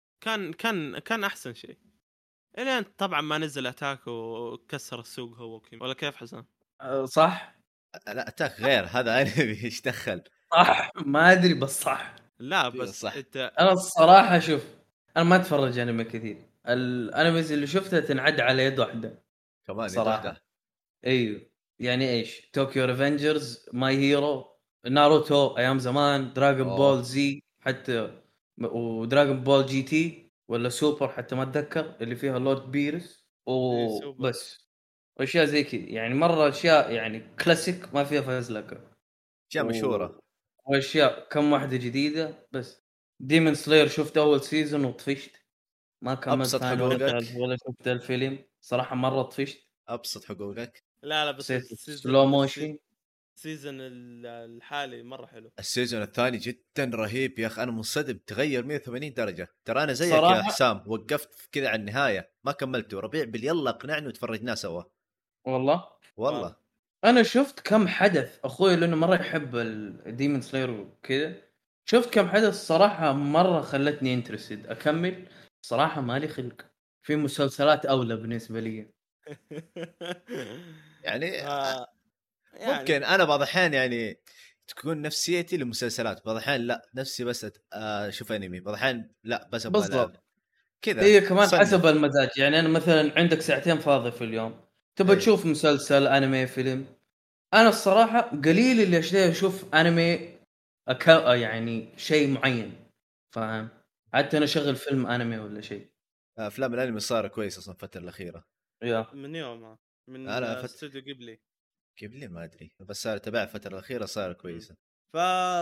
كان احسن شيء الين طبعا ما نزل اتاك وكسر السوق هو وكيم. ولا كيف حسن؟ صح لا اتاك غير هذا انمي ايش دخل؟ صح ما ادري بس صح. لا بس صح انت انا الصراحه شوف، انا ما اتفرج انمي كثير، الانميز اللي شفتها تنعد على يد واحده كمان يد صراحه. واحده. ايوه يعني ايش، طوكيو ريفنجرز، ماي هيرو، ناروتو ايام زمان، دراغون اوه بول زي حتى، ودراغون بول جي تي ولا سوبر حتى ما اتذكر، اللي فيها لورد بيرس إيه سوبر. وبس. اشياء زي كذا يعني، مره اشياء يعني كلاسيك ما فيها فزلكه. اشياء مشهوره. واشياء كم واحده جديده بس. ديمون سلاير شفت اول سيزون وطفشت، ما كملت ابسط ثاني حقوقك. ولا شفت الفيلم صراحه، مره طفشت. ابسط حقوقك. لا بس حسيت سلو موشن. السيزون الحالي مره حلو. السيزون الثاني جدا رهيب يا اخي، انا منصدم، تغير 180 درجه. ترى انا زيك يا صراحه حسام، وقفت كذا على النهايه ما كملته. ربيع باليلا اقنعني وتفرجناه سوا. والله والله انا شفت كم حدث اخوي لانه مره يحب الديمون سلاير وكذا. شفت كم حدث صراحه مره خلتني انترستد اكمل. صراحه مالي خلق في مسلسلات اولى بالنسبه لي. يعني آه يعني ممكن انا بعض الاحيان يعني تكون نفسيتي للمسلسلات، بعض الاحيان لا نفسي بس اشوف انمي، بعض الاحيان لا بس ابغى العب بالضبط. كذا هي كمان حسب صنف. المزاج، يعني انا مثلا عندك ساعتين فاضي في اليوم تبى ايه تشوف مسلسل انمي فيلم. انا الصراحه قليل اللي اشوف انمي يعني شيء معين، فاهم؟ حتى انا اشغل فيلم انمي ولا شيء. افلام الانمي صار كويس اصلا الفتره الاخيره. يا من يوم من انا استوديو قبلي. كيف لي ما ادري، بس صار تبع الفتره الاخيره صار كويسه. ف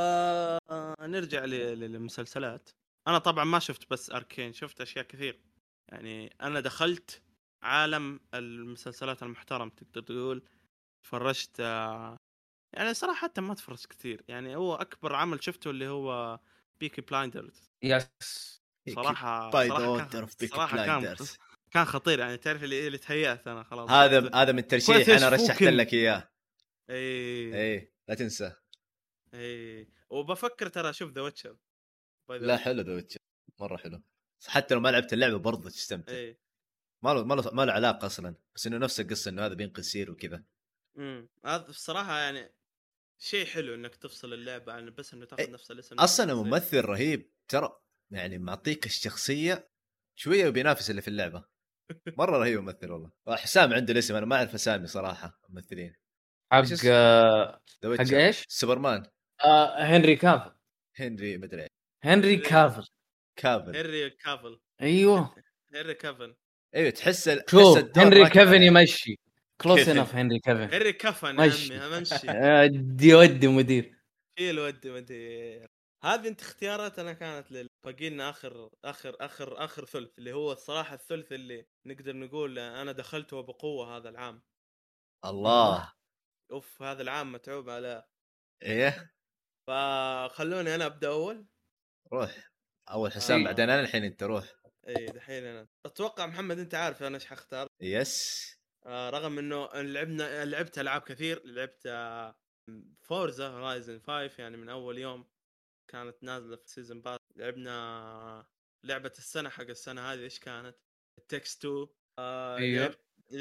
نرجع للمسلسلات. انا طبعا ما شفت بس اركين، شفت اشياء كثير. يعني انا دخلت عالم المسلسلات المحترم تقدر تقول. فرجت يعني صراحة حتى ما تفرجت كثير، يعني هو أكبر عمل شفته اللي هو بيكي بلايندرز. يس. باي ذا صراحة ووتر اوف بيكي بلايندرز. كان خطير. يعني تعرف اللي تهيأت أنا خلاص هذا قلت هذا من كويس ترشيح، إيش انا رشحت فوكن. لك اياه. إيه ايه لا تنسى. إيه وبفكر ترى أشوف ذا ويتشر باي ذا لا واي. حلو ذا ويتشر، مره حلو، حتى لو ما لعبت اللعبه برضه تستمتع. إيه ما له علاقه اصلا، بس انه نفس القصه انه هذا بينقذ سير وكذا. هذا الصراحة يعني شيء حلو إنك تفصل اللعبة عن بس إنه تاخذ إيه. نفس الاسم نفس اصلا الشخصية. ممثل رهيب ترى، يعني معطيك الشخصيه شويه وبينافس اللي في اللعبه. مره رهيب ممثل والله. حسام عنده الاسم، انا ما اعرف اسامي صراحه ممثلين. ايش حق اسمه؟ ذا حق ويتشر ايش؟ سوبرمان. هنري كافل. هنري مدري. هنري هنري كافل. كافل. هنري كافل. ايوه. هنري كافل. ايوه تحس شوف الدور هنري راكب كيفن عليه. يمشي. كلوس كيفن. انف هنري كيفن. هنري كفن يا عمي مشي. همشي. دي ودي مدير. في الود مدير. هذه انت اختياراتنا كانت باقي لنا اخر ثلث اللي هو الصراحه الثلث اللي نقدر نقول انا دخلته بقوه هذا العام. ايوه. الله. اوف هذا العام متعوب عليه. ايه فخلوني انا ابدا اول. روح. اول حسام اي. بعدين انا، الحين انت روح. اي دحين انا اتوقع محمد انت عارف انا ايش حختار. يس. رغم انه لعبت العاب كثير. لعبت فورزا هورايزن 5 يعني من اول يوم كانت نازله في سيزون باس. لعبنا لعبه السنه حق السنه هذه ايش كانت؟ التكس 2. ايوه.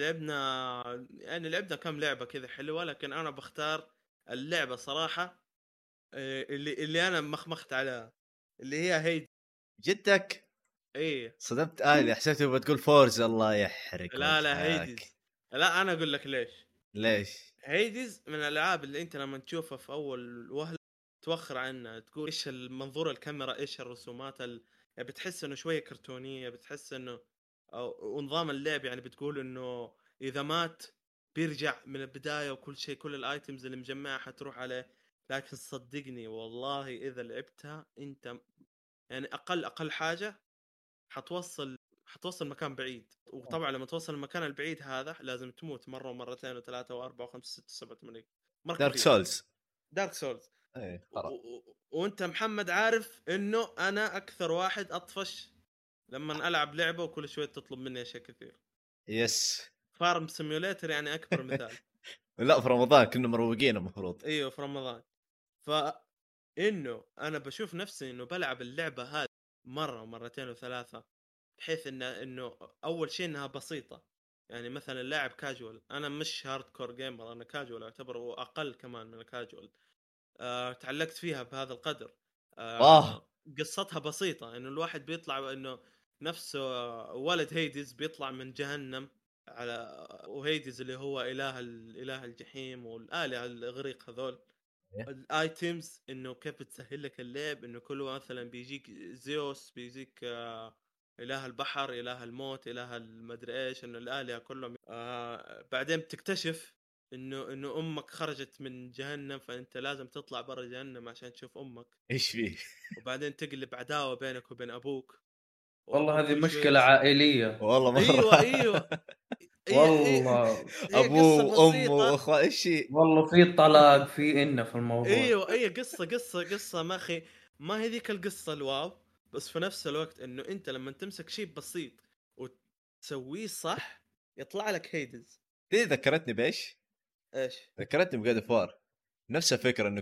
لعبنا كم لعبه كذا حلوه، لكن انا بختار اللعبه صراحه اللي انا مخمخت عليها اللي هي هيد. جدك ايه صدمت آلي، حسيته بتقول فورز، الله يحرق لا وجهك. هيديز. لا انا اقول لك ليش. ليش؟ هيديز من الالعاب اللي انت لما تشوفها في اول وهله توخر عنها، تقول ايش المنظور الكاميرا، ايش الرسومات يعني بتحس انه شويه كرتونيه، بتحس انه ونظام اللعب يعني بتقول انه اذا مات بيرجع من البدايه وكل شيء، كل الايتمز اللي مجمعها حتروح عليه. لكن صدقني والله اذا لعبتها انت يعني اقل حاجه حتوصل مكان بعيد. وطبعا لما توصل المكان البعيد هذا لازم تموت مره ومرتين وثلاثه واربعه وخمسه سته سبعه ثمانيه مره دارك كثير. سولز. دارك سولز. ايه خلاص. وانت محمد عارف انه انا اكثر واحد اطفش لما العب لعبه وكل شويه تطلب مني اشياء كثير. يس. فارم سيميوليتر يعني اكبر مثال. لا في رمضان كنا مروقين المفروض. ايوه في رمضان. فانه انا بشوف نفسي انه بلعب اللعبه هذه مره ومرتين وثلاثه، بحيث انه اول شيء انها بسيطه. يعني مثلا اللاعب كاجوال، انا مش هارد كور جيمر، انا كاجوال اعتبره اقل كمان من الكاجوال. تعلقت فيها بهذا القدر. واه. قصتها بسيطه انه الواحد بيطلع انه نفسه ولد هيديز بيطلع من جهنم على وهيديز اللي هو اله الجحيم والآلهة الاغريق هذول. الايتيمز انه كيف بتسهل لك اللعب، انه كل مثلا بيجيك زيوس، بيجيك اله البحر، اله الموت، اله المدري ايش، انه الالهه كلهم. بعدين بتكتشف انه امك خرجت من جهنم، فانت لازم تطلع برا جهنم عشان تشوف امك. ايش فيه؟ وبعدين تقلب عداوه بينك وبين ابوك، والله وابوك هذه كل شويه مشكلة عائلية. والله مره. ايوه والله. هي ابوه قصه وامه بسيطه. واخوه ايش؟ والله في طلاق في إنه في الموضوع. ايوه اي قصه ما اخي. ما هي ذيك القصه الواو، بس في نفس الوقت انه انت لما تمسك شيء بسيط وتسويه صح يطلع لك هيدز. دي ذكرتني بايش؟ ايش ذكرتني بجاد فار، نفس الفكره انه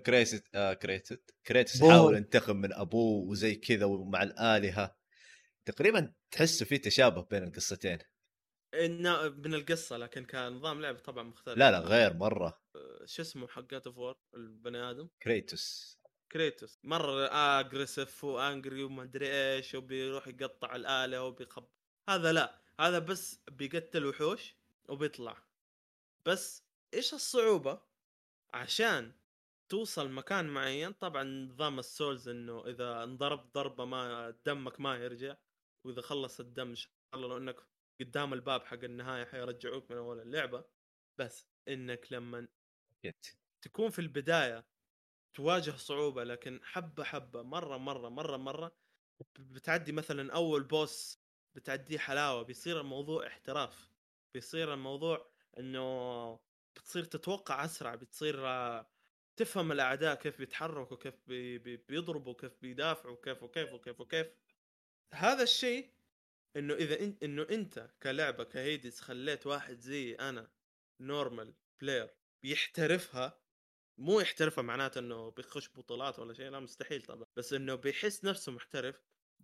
كريتوس يحاول بول ينتقم من ابوه وزي كذا ومع الالهه. تقريبا تحسه في تشابه بين القصتين. إنه من القصه، لكن كان نظام لعب طبعا مختلف. لا غير مره. شو اسمه حقات فور البني ادم كريتوس كريتوس مره اجريسيف وانجري وما ادري ايش، وبيروح يقطع الاله وبيخب. هذا لا، هذا بس بيقتل وحوش وبيطلع. بس ايش الصعوبه؟ عشان توصل مكان معين، طبعا نظام السولز انه اذا انضرب ضربه ما دمك ما يرجع، واذا خلص الدم ان شاء الله لو انك قدام الباب حق النهايه حيرجعوك من اول اللعبه. بس انك لما جت. تكون في البدايه تواجه صعوبه، لكن حبه حبه مره بتعدي مثلا اول بوس بتعديه حلاوه، بيصير الموضوع احتراف. بيصير الموضوع انه بتصير تتوقع اسرع، بتصير تفهم الاعداء كيف بيتحركوا، كيف بيضربوا، كيف بيدافعوا، كيف. هذا الشيء انه اذا انت كلعبه كهيدس خليت واحد زي انا نورمال بلاير بيحترفها. مو يحترفها معناته انه بيخش بطولات ولا شيء، لا مستحيل طبعا، بس انه بيحس نفسه محترف.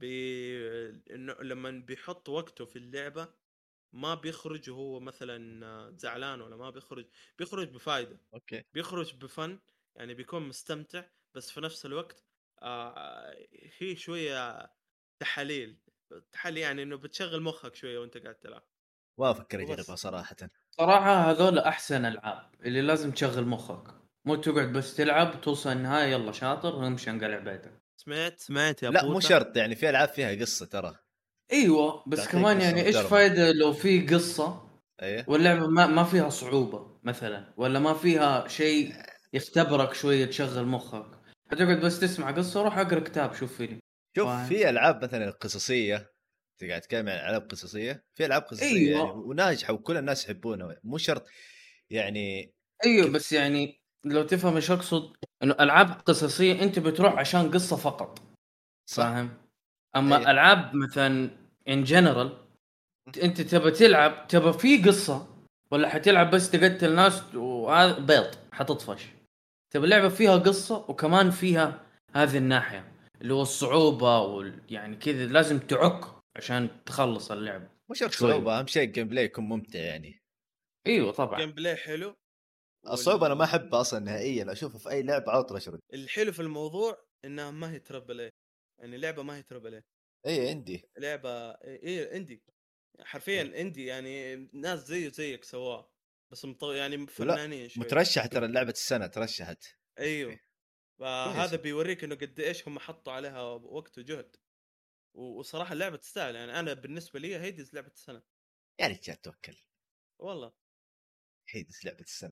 انه لما بيحط وقته في اللعبه ما بيخرج وهو مثلا زعلان، ولا ما بيخرج بفايده، اوكي. بيخرج بفن. يعني بيكون مستمتع، بس في نفس الوقت هي شويه تحليل يعني انه بتشغل مخك شويه وانت قاعد تلعب. ما افكر اجربها وبس. صراحه. صراحة هذول أحسن ألعاب اللي لازم تشغل مخك، مو تقعد بس تلعب توصل النهاية يلا شاطر ونمشي نقلع بيتك. سمعت يا لا مو بوتا. شرط، يعني في العاب فيها قصه ترى. أيوة بس تعطيك كمان قصه يعني إيش محترمه. فايدة لو في قصة ايه. واللعبة ما فيها صعوبة مثلا، ولا ما فيها شيء يختبرك شوية تشغل مخك، هتقعد بس تسمع قصة روح أقرأ كتاب شوف فيلم. شوف فاهم؟ في العاب مثلا القصصيه، تقعد تتكلم عن العاب قصصيه، في العاب قصصيه يعني أيوة وناجحه وكل الناس يحبونها، مو شرط يعني. أيوة كيف؟ بس يعني لو تفهم إيش أقصد، إنه ألعاب قصصية أنت بتروح عشان قصة فقط. صح. فاهم؟ اما ايه. العاب مثلا ان جنرال انت تبى تلعب تبى في قصه، ولا حتلعب بس تقتل ناس وهذا بيض حتطفش. تبى لعبه فيها قصه وكمان فيها هذه الناحيه اللي هو الصعوبه يعني كذا لازم تعك عشان تخلص اللعبه مو شرط شويه. صعوبه، اهم شيء الجيم بلاي يكون ممتع يعني. ايوه طبعا. جيم بلاي حلو. الصعوبه انا ما احبها اصلا نهائيا، اشوفها في اي لعبه عطره شرد. الحلو في الموضوع انها ما هي تربل ايه، يعني لعبه ما هي تربل ايه، اي عندي. لعبه ايه اندي، حرفيا اندي، يعني ناس زيه زيك سواه، بس يعني ولا فنانين شويه. مترشح ترى لعبه السنه، ترشحت. ايوه، فهذا كويس. بيوريك انه قد ايش هم حطوا عليها وقت وجهد. وصراحه اللعبه تستاهل، يعني انا بالنسبه لي هيدز لعبه السنه يا رجال توكل. والله. هيدس لعبه السنه.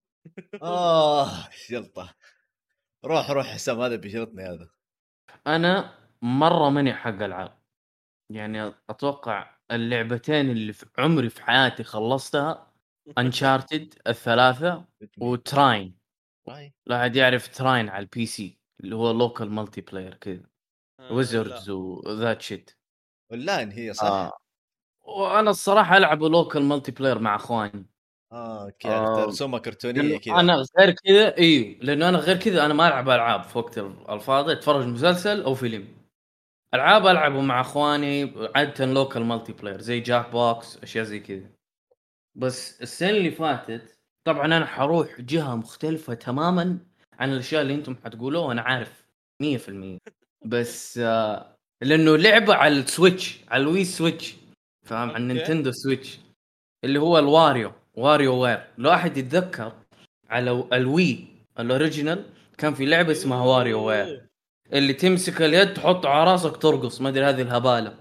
جلطه. روح حسام، هذا بيجلطني هذا. انا مره ماني حق العاب، يعني اتوقع اللعبتين اللي في عمري في حياتي خلصتها انشارتد الثلاثه بتمين. وتراين. راي. لا أحد يعرف تراين على البي سي اللي هو لوكال مالتي بلاير كذا، لا. ويزردز وذات شيت. اونلاين هي صح؟ آه. وانا الصراحه العب لوكال مالتي بلاير مع اخواني. اوكي، عرفت آه. رسومها كرتونيه لانه كذا. انا غير كذا ايوه، لانه انا غير كذا انا ما العب العاب في وقت الفاضي، اتفرج مسلسل او فيلم. العاب العبه مع اخواني عاده لوكال مالتي بلاير زي جاك بوكس اشياء زي كذا. بس السنه اللي فاتت طبعا انا حروح جهه مختلفه تماما عن الاشياء اللي انتم حتقولوها وانا عارف 100%. بس لانه لعبه على السويتش على الوي سويتش، فاهم؟ على اوكي. النينتندو سويتش اللي هو واريو وير. لو احد يتذكر على الوي الاوريجينال كان في لعبه اسمها واريو وير، يوه. اللي تمسك اليد تحط على راسك ترقص، ما ادري هذه الهباله.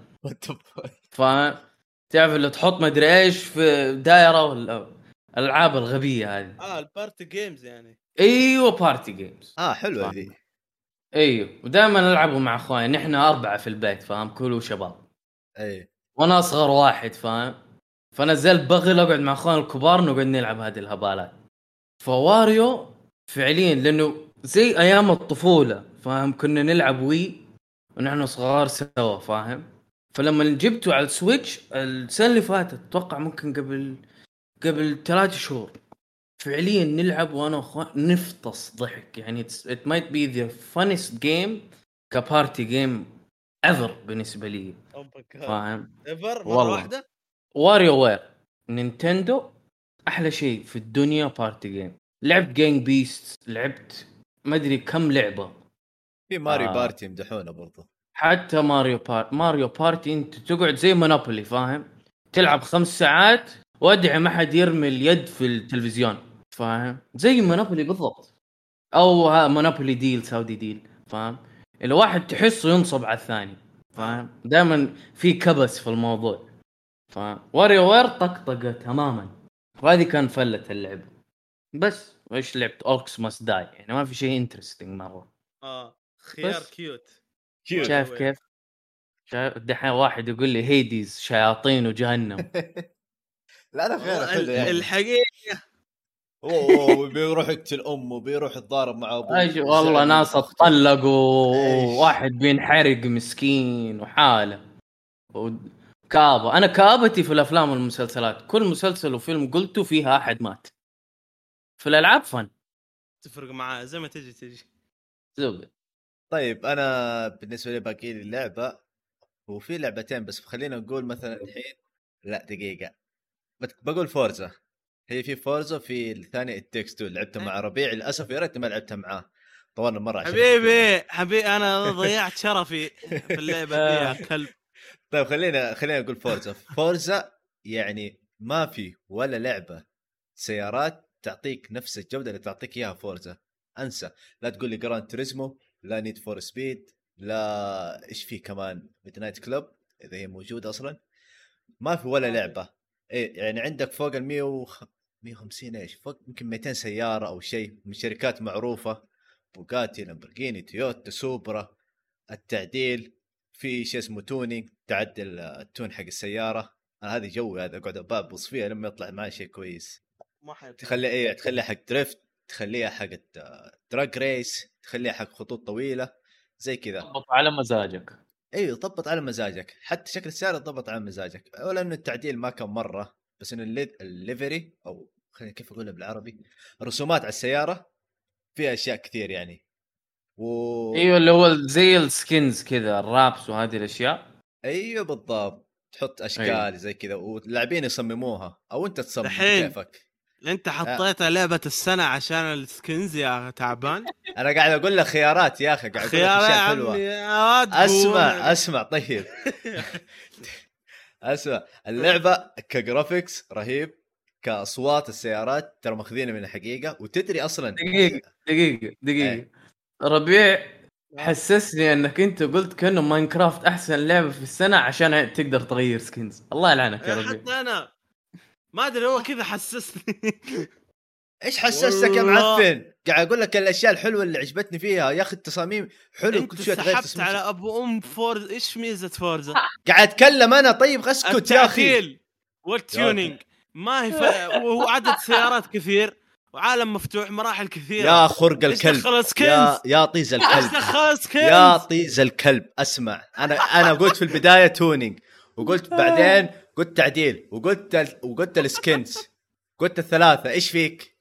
تعرف اللي تحط ما ادري ايش في دائره ولا الالعاب الغبيه هذه. البارتي جيمز يعني. ايوه بارتي جيمز. حلوه ذي. ايوه ودائما العبوا مع اخواني، نحن 4 في البيت فاهم، كلوا شباب اي. وانا اصغر واحد فاهم. فنزلت بغل اقعد مع اخواني الكبار نقعد نلعب هذه الهبالات. فواريو فعليا لانه زي ايام الطفوله فاهم، كنا نلعب وي ونحن صغار سوا فاهم. فلما جبته على السويتش السنه اللي فاتت اتوقع ممكن قبل 3 شهور فعليا نلعب وانا واخوان نفطس ضحك يعني it might be the funnest game كبارتي جيم ever بالنسبه لي فاهم ايفر مره والله. واحده. واريو وير نينتندو احلى شيء في الدنيا بارتي جيم. لعبت جيم بيست، لعبت ما ادري كم لعبه. في ماري بارتي يمدحونه برضو. حتى ماريو بارتي انت تقعد زي مونوبولي فاهم، تلعب 5 ساعات وادعي ما حد يرمي اليد في التلفزيون فاهم، زي مونوبولي بالضبط. او مونوبولي ديل سعودي ديل فاهم، الواحد تحسه ينصب على الثاني فاهم، دائما في كبس في الموضوع فاهم. واريو وير طقطقه تماما، وهذه كان فلة اللعب. بس ايش لعبت اوركس ماست داي يعني ما في شيء انترستينج مره. خيار بس. كيوت. شايف كيف دحين واحد يقول لي هيديز شياطين وجهنم. لا انا غير حلو يعني الحقيقه اوه بيروح يقتل امه بيروح يتضارب مع ابوه والله ناس اتطلقوا وواحد بينحرق مسكين وحاله كابة. انا كابتي في الافلام والمسلسلات كل مسلسل وفيلم قلته فيها احد مات. في الالعاب فن تفرق معاه زي ما تجي زبد. طيب انا بالنسبه لي باقي لي اللعبه وفي لعبتين بس خلينا نقول مثلا الحين لا دقيقه بقول فورزا. هي في فورزا في الثاني التكست لعبتها مع ربيع للاسف يا ريت ما لعبتها معاه طولنا مره عشان حبيبي انا ضيعت شرفي في اللعبه دي يا كلب. طيب خلينا نقول فورزا يعني ما في ولا لعبه سيارات تعطيك نفس الجوده اللي تعطيك اياها فورزا. انسى، لا تقول لي جراند توريزمو، لا نيد فور سبيد، لا ايش في كمان ميدنايت كلوب اذا هي موجوده اصلا. ما في ولا لعبه. ايه يعني عندك فوق ال 150 ايش فوق يمكن 200 سياره او شيء من شركات معروفه، بوغاتي لامبورغيني تويوتا سوبرا. التعديل في شيء اسمه تونينج، تعدل التون حق السياره. انا هذه جوي هذا اقعد ابابص فيها لما يطلع معي شيء كويس. تخلي ايه تخليها حق دريفت، تخليها حق دراج ريس، تخليها حق خطوط طويله زي كذا. ضبط على مزاجك. ايوه ضبط على مزاجك، حتى شكل السياره ضبط على مزاجك. ولا انه التعديل ما كان مره، بس انه الليفري او خلينا كيف اقولها بالعربي، الرسومات على السياره فيها اشياء كثير يعني. ايوه اللي هو زي السكنز كذا الرابس وهذه الاشياء. ايوه بالضبط، تحط اشكال أيوه. زي كذا واللاعبين يصمموها او انت تصمم الحين كيفك. انت حطيت لعبه السنه عشان السكنز يا تعبان. انا قاعد اقول لك خيارات يا اخي، قاعد اقول لك اشياء حلوه. اسمع طيب اسمع اللعبه كجرافيكس رهيب، كاصوات السيارات ترى ماخذينها من الحقيقه. وتدري اصلا دقيقه ربيع حسسني انك انت قلت كأنه ماينكرافت احسن لعبه في السنه عشان تقدر تغير سكنز. الله يلعنك يا ربيع. حتى انا ما ادري هو كذا حسسني. ايش حسستك يا معفن؟ قاعد اقول لك الاشياء الحلوه اللي عجبتني فيها يا اخي. التصاميم حلو كل شيء تغير تصميم على ابو فورز. ايش ميزه فورزا؟ قاعد اتكلم انا. طيب اسكت يا اخي. التعديل والتيونينج ما هي وهو عدد سيارات كثير وعالم مفتوح مراحل كثيره. يا خرق الكلب يا طيز الكلب يا طيز الكلب. اسمع انا قلت في البدايه تونينج، وقلت بعدين قلت تعديل، وقلت السكنز، قلت الثلاثه. ايش فيك؟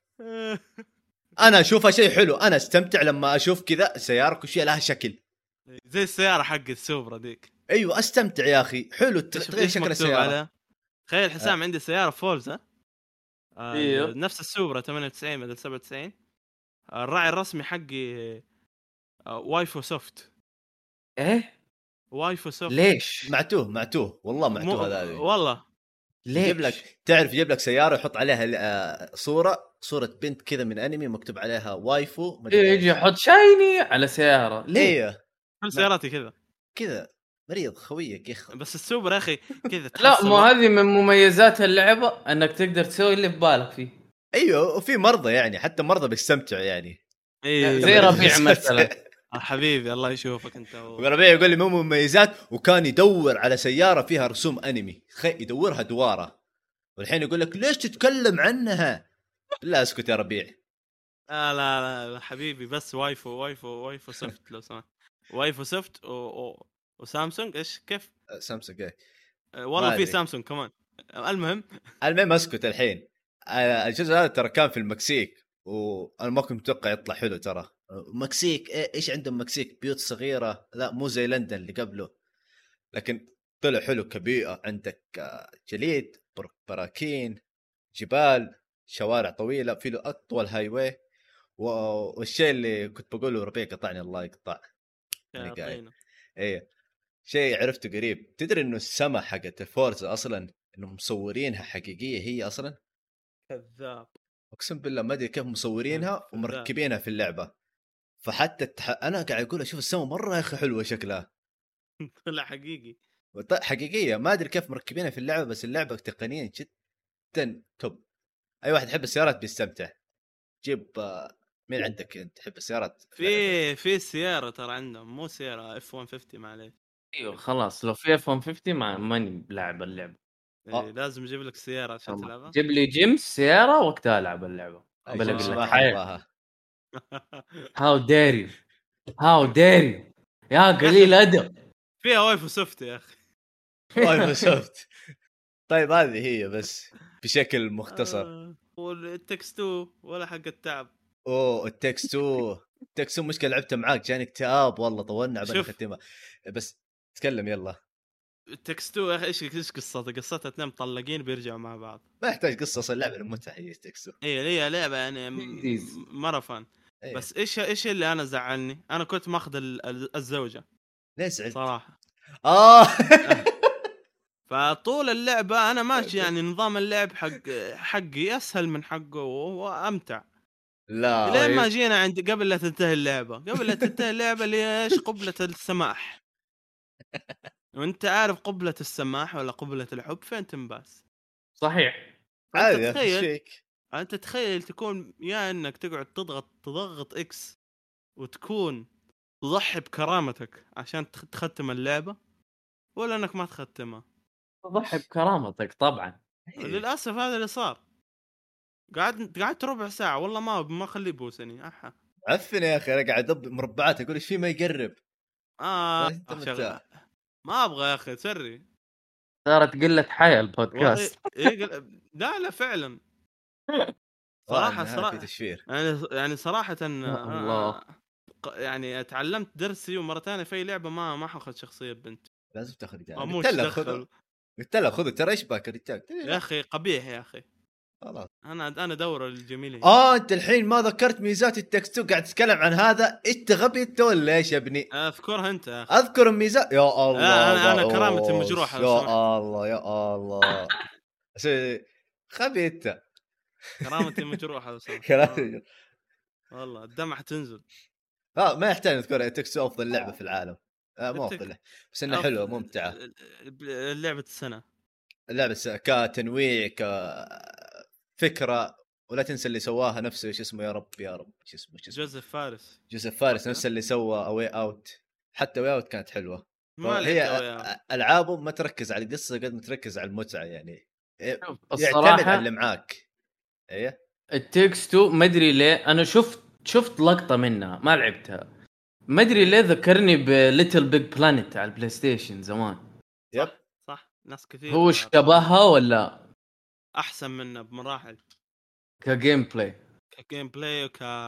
انا اشوفها شيء حلو، انا استمتع لما اشوف كذا سياره كل شيء لها شكل زي السياره حق السوبرا ديك. ايوه استمتع يا اخي. حلو تغير شكل السياره. تخيل حسام عندي سياره فورزا ايوه نفس السوبرا 98 بدل 97. الراعي الرسمي حقي وايفو سوفت. ايه وايفو سوفت ليش معتوه والله معتوه هذا والله. يجيب لك تعرف يجيب لك سياره يحط عليها صوره بنت كذا من انمي مكتوب عليها وايفو. يجي يحط شايني على سياره. ايوه كل سياراتي كذا مريض خويك يا اخي. بس السوبر يا اخي كذا. لا مو هذه من مميزات اللعبه انك تقدر تسوي اللي ببالك فيه. ايوه وفي مرضى يعني حتى مرضى بيستمتعوا يعني. زي ربيع مثلا. حبيبي الله يشوفك انت ربيع يقول لي مو مميزات، وكان يدور على سياره فيها رسوم انمي يدورها دواره، والحين يقول لك ليش تتكلم عنها؟ لا اسكت يا ربيع. لا حبيبي بس وايفو سوفت لو سمحت. وايفو سوفت وسامسونج ايش كيف سامسونج ايه والله في سامسونج كمان. المهم اسكت الحين. الجزء هذا ترى كان في المكسيك، وانا ما كنت متوقع يطلع حلو. ترى مكسيك ايش عندهم مكسيك؟ بيوت صغيره، لا مو زي لندن اللي قبله، لكن طلع حلو كبيئه. عندك جليد، براكين، جبال، شوارع طويله، في له اطول هاي واي. والشيء اللي كنت بقوله ربيع قطعني الله يقطع انا قاعد. ايه شيء عرفته قريب، تدري انه السما حقت الفورزا اصلا انهم مصورينها حقيقيه هي اصلا؟ كذاب، اقسم بالله ما ادري كيف مصورينها ومركبينها في اللعبه. فحتى انا قاعد اقول اشوف السما مره يا اخي حلوه شكلها. طلع حقيقي حقيقيه، ما ادري كيف مركبينها في اللعبه، بس اللعبه تقنيا جدا توب. اي واحد يحب السيارات بيستمتع. جيب مين عندك انت تحب السيارات في سياره ترى عندهم، مو سياره اف 150 معليش. ايوه خلاص، لو في اف 150 ماني بلعب اللعبه. إيه لازم اجيب لك سياره عشان تلعبها. جيب لي جيمس سياره وقتها العب اللعبه. بلاقي بلاقي لك ما حياه. حرضاها. هاو ديري يا قليل ادب. فيها وايفو سوفت يا اخي. وايفو سوفت. طيب هذه هي بس بشكل مختصر. والتكستو ولا حق التعب. اوه التكستو مشكله لعبتها معاك جاني اكتئاب والله، طولنا عبالي اختمها. بس تكلم يلا. التكستو يا اخي ايش قصتها اثنين مطلقين بيرجعوا مع بعض. ما يحتاج قصه، اصلا اللعبه المتعه هي تكستو. هي لعبه يعني مره فان. بس ايش اللي انا زعلني، انا كنت ماخذ الزوجه. ليه زعلت صراحه اه فطول اللعبه انا ماشي يعني نظام اللعب حقي اسهل من حقه وامتع. لا لين ما جينا عند قبل لا تنتهي اللعبه ليش قبلة السماح. وانت عارف قبلة السماح ولا قبلة الحب فين تنباس؟ صحيح. انت تخيل تكون يا انك تقعد تضغط اكس وتكون تضحي بكرامتك عشان تختم اللعبة، ولا انك ما تختمها. تضحي بكرامتك طبعا. للاسف هذا اللي صار. قعدت ربع ساعة والله ما خليه بوسني عفني يا اخي، انا قاعد اضرب مربعات اقول ايش في ما يقرب. ما ابغى يا اخي سري. صارت قلة حياة البودكاست. لا فعلا صراحة صراحة في تشفير. يعني صراحة الله. يعني اتعلمت درسي، ومرة ثانية في لعبة ما حاخذ شخصية بنت. لازم تاخذ قلت له خذ ترى ايش باك الرجال يا اخي قبيح يا اخي. خلاص انا دورة الجميلة. انت الحين ما ذكرت ميزات التكستو، قاعد تتكلم عن هذا. انت غبي انت ولا ايش يا ابني؟ اذكرها انت يا اخي. اذكر الميزات يا الله. انا كرامتي مجروحة يا الله غبي انت. كرامتي مجروحة والله الدمعة تنزل. ما يحتاج نذكر تكستو افضل لعبة في العالم. مو افضل بس انها حلوة ممتعة. لعبة السنة. اللعبة كتنويع كفكرة. ولا تنسى اللي سواها نفسه ايش اسمه يا رب ايش اسمه جوزيف فارس نفس اللي سوى اواي اوت. حتى اواي اوت كانت حلوة. هي العابه ما تركز على القصة قد ما تركز على المتعة يعني. يعتمد على اللي معاك. ايه التكستو ما ادري ليه انا شفت لقطة منها ما لعبتها. ما ادري ليه ذكرني بليتل بيج بلانيت على البلاي ستيشن زمان. يب صح ناس كثير. هو شبهها ولا احسن منه بمراحل كجيم بلاي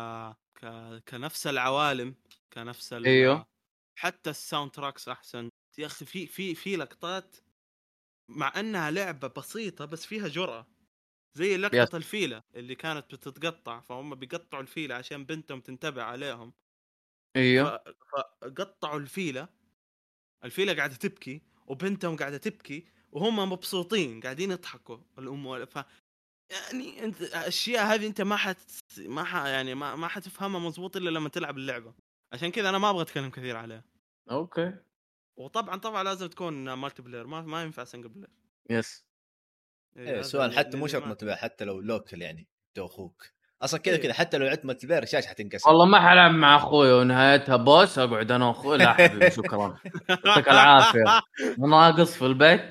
كنفس العوالم كنفس ايوه. حتى الساوند تراكس احسن يا اخي. في لقطات مع انها لعبة بسيطة بس فيها جرأة، زي لقطة الفيلة اللي كانت بتتقطع، فهم بيقطعوا الفيلة عشان بنتهم تنتبه عليهم. ايوه فقطعوا الفيلة قاعدة تبكي وبنتهم قاعدة تبكي وهم مبسوطين قاعدين يضحكوا الأم. يعني انت اشياء هذه انت ما حتفهمها مزبوط الا لما تلعب اللعبة. عشان كذا انا ما ابغى اتكلم كثير عليها. اوكي. وطبعا لازم تكون مالتي بلاير، ما ينفع سنجل بلاير. يس سؤال حتى مو شرط مالتي بلاير، حتى لو لوكل يعني تو اخوك اصلا كذا حتى لو لعبت مالتي بلاير الشاشه حتنقسم. والله ما حلعب مع اخوي ونهايتها بوس اقعد انا واخوي. لا حبيبي شكرا يعطيك العافيه. ناقص في البيت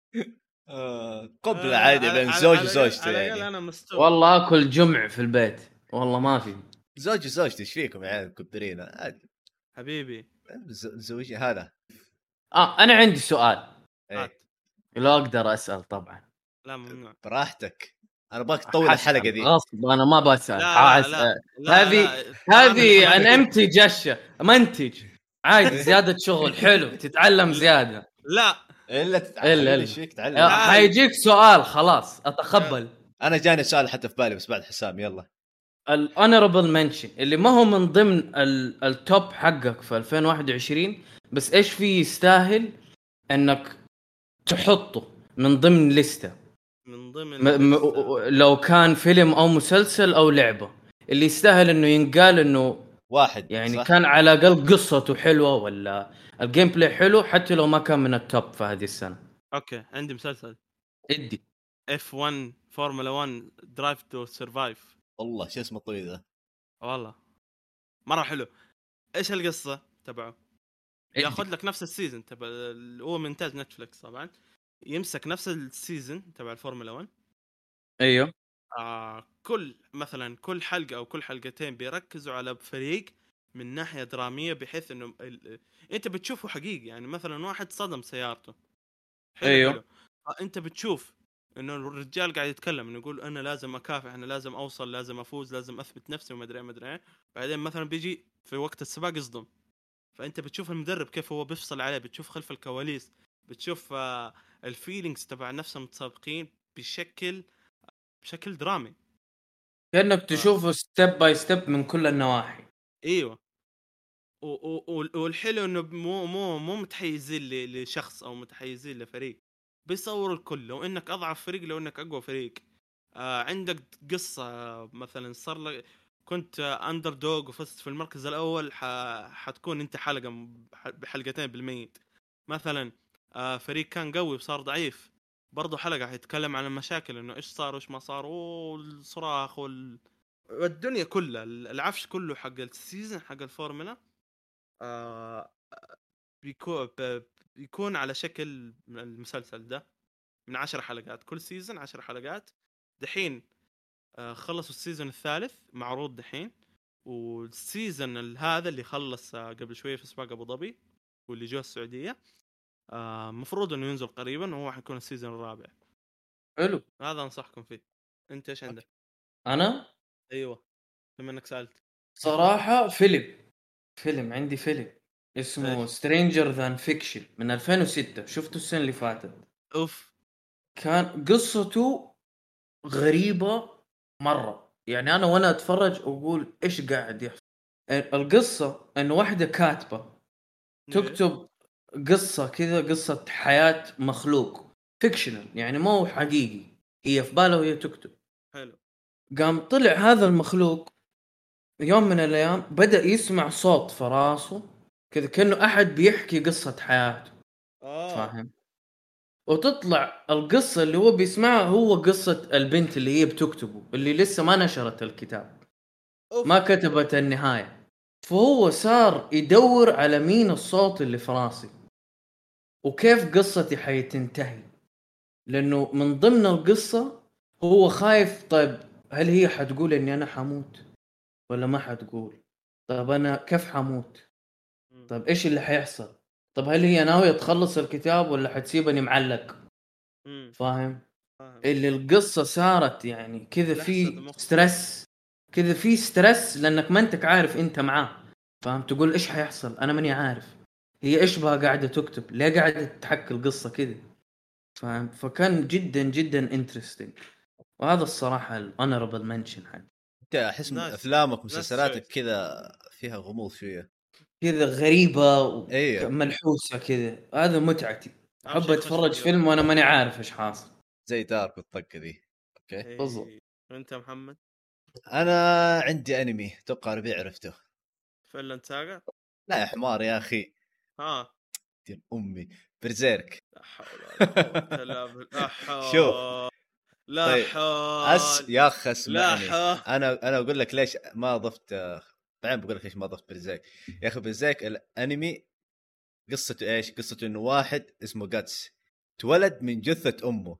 قبل عادي بين زوج وزوجته يعني. والله اكل جمع في البيت والله ما في. زوج وزوجته ايش فيكم يا مكبرين عادي حبيبي زوجي هذا. انا عندي سؤال ايه لو اقدر اسال طبعا. لا ممنوع براحتك انا ابغاك تطول الحلقه دي. غصب انا ما بسال. لا هذه انا امتي جشه منتج عادي زياده شغل حلو تتعلم زياده. لا الا تتعلم ايش فيك تعلم. حيجيك سؤال خلاص اتقبل. انا جاني سؤال حتى في بالي بس بعد حسام. يلا الانربل منشن اللي ما هو من ضمن التوب حقك في 2021 بس ايش فيه يستاهل انك تحطه من ضمن لستة من ضمن لو كان فيلم او مسلسل او لعبة اللي يستاهل انه ينقال انه واحد يعني صح؟ كان على الاقل قصته حلوة ولا الجيم بلاي حلو حتى لو ما كان من التوب في هذه السنة. اوكي عندي مسلسل ادي F1 فورمولا 1 درايف تو سرفايف. والله شو اسمه الطويل ذا والله مرة حلو. ايش القصة تبعه؟ ياخذ لك نفس السيزون تبع هو من انتاج نتفلكس طبعا. يمسك نفس السيزون تبع الفورمولا 1. ايوه كل مثلا كل حلقة او كل حلقتين بيركزوا على فريق من ناحية درامية بحيث انه انت بتشوفه حقيقي. يعني مثلا واحد صدم سيارته حلو ايوه حلو. انت بتشوف انه الرجال قاعد يتكلم انه يقول انا لازم اكافح انا لازم اوصل لازم افوز لازم اثبت نفسي وما ادري ايه. بعدين مثلا بيجي في وقت السباق يصدم فانت بتشوف المدرب كيف هو بيفصل عليه. بتشوف خلف الكواليس بتشوف الفيلينجز تبع نفس المتسابقين بشكل درامي كأنك تشوفه ستيب باي ستيب من كل النواحي. ايوه. والحلو انه مو متحيزين لشخص او متحيزين لفريق. بيصوروا الكل لو انك اضعف فريق لو انك اقوى فريق. عندك قصة مثلا صار لك كنت اندر دوغ وفزت في المركز الاول حتكون انت حلقة بحلقتين بالميت. مثلا فريق كان قوي وصار ضعيف برضو حلقة حيتكلم عن المشاكل انه ايش صار وايش ما صار والصراخ والدنيا كلها العفش كله حق السيزن حق الفورمولا. بيكون على شكل المسلسل ده من 10 حلقات كل سيزن 10 حلقات. دحين خلصوا السيزن الثالث معروض دحين. والسيزن هذا اللي خلص قبل شوية في سباق أبو ظبي واللي جوا السعودية مفروض انه ينزل قريبا وهو حيكون السيزون الرابع. حلو هذا انصحكم فيه. انت ايش عندك؟ انا ايوه بما انك سالت صراحه فيلم عندي فيلم اسمه سترينجر ذان فيكشن من 2006 شفته السنه اللي فاتت. اوف كان قصته غريبه مره يعني انا وانا اتفرج اقول ايش قاعد يحصل. القصه انه واحده كاتبه تكتب قصه كذا قصه حياه مخلوق فيكشنال يعني مو حقيقي هي في بالها وهي تكتب. حلو. قام طلع هذا المخلوق يوم من الايام بدأ يسمع صوت في راسه كذا كأنه احد بيحكي قصة حياته. فاهم؟ وتطلع القصة اللي هو بيسمعها هو قصة البنت اللي هي بتكتبه اللي لسه ما نشرت الكتاب ما كتبت النهاية. فهو صار يدور على مين الصوت اللي في راسي وكيف قصتي حيتنتهي لأنه من ضمن القصة هو خايف. طيب هل هي حتقول اني انا حموت ولا ما حتقول؟ طيب انا كيف حموت؟ طيب ايش اللي حيحصل؟ طب هل هي ناوية تخلص الكتاب ولا حتسيبني معلق؟ فاهم؟ اللي القصة صارت يعني كذا في ستريس كذا في ستريس لانك ما انتك عارف انت معاه. فاهم؟ تقول ايش حيحصل انا ماني عارف. هي ايش بها قاعدة تكتب ليه قاعدة تحكي القصة كذا. فاهم؟ فكان جدا جدا انترستينج وهذا الصراحة الانربل منشن حق. انت احس افلامك مسلسلاتك كذا فيها غموض شويه كذا غريبه وملحوسه كذا. هذا متعتي. احب اتفرج فيلم وانا ماني عارف ايش حاصل زي دارك والطقه ذي. اوكي بالضبط. وانت محمد؟ انا عندي انمي اتوقع ربيع عرفته. فيلن ساغا؟ لا يا حمار يا اخي. دين امي برزيرك. لا حول ولا قوه الا بالله. شوف لا طيب. يا اخي اسمعني انا اقول لك ليش ما ضفت. بعدين بقول لك ليش ما ضفت برزيرك يا اخي. برزيرك الانمي قصته ايش؟ قصته انه واحد اسمه جاتس تولد من جثه امه.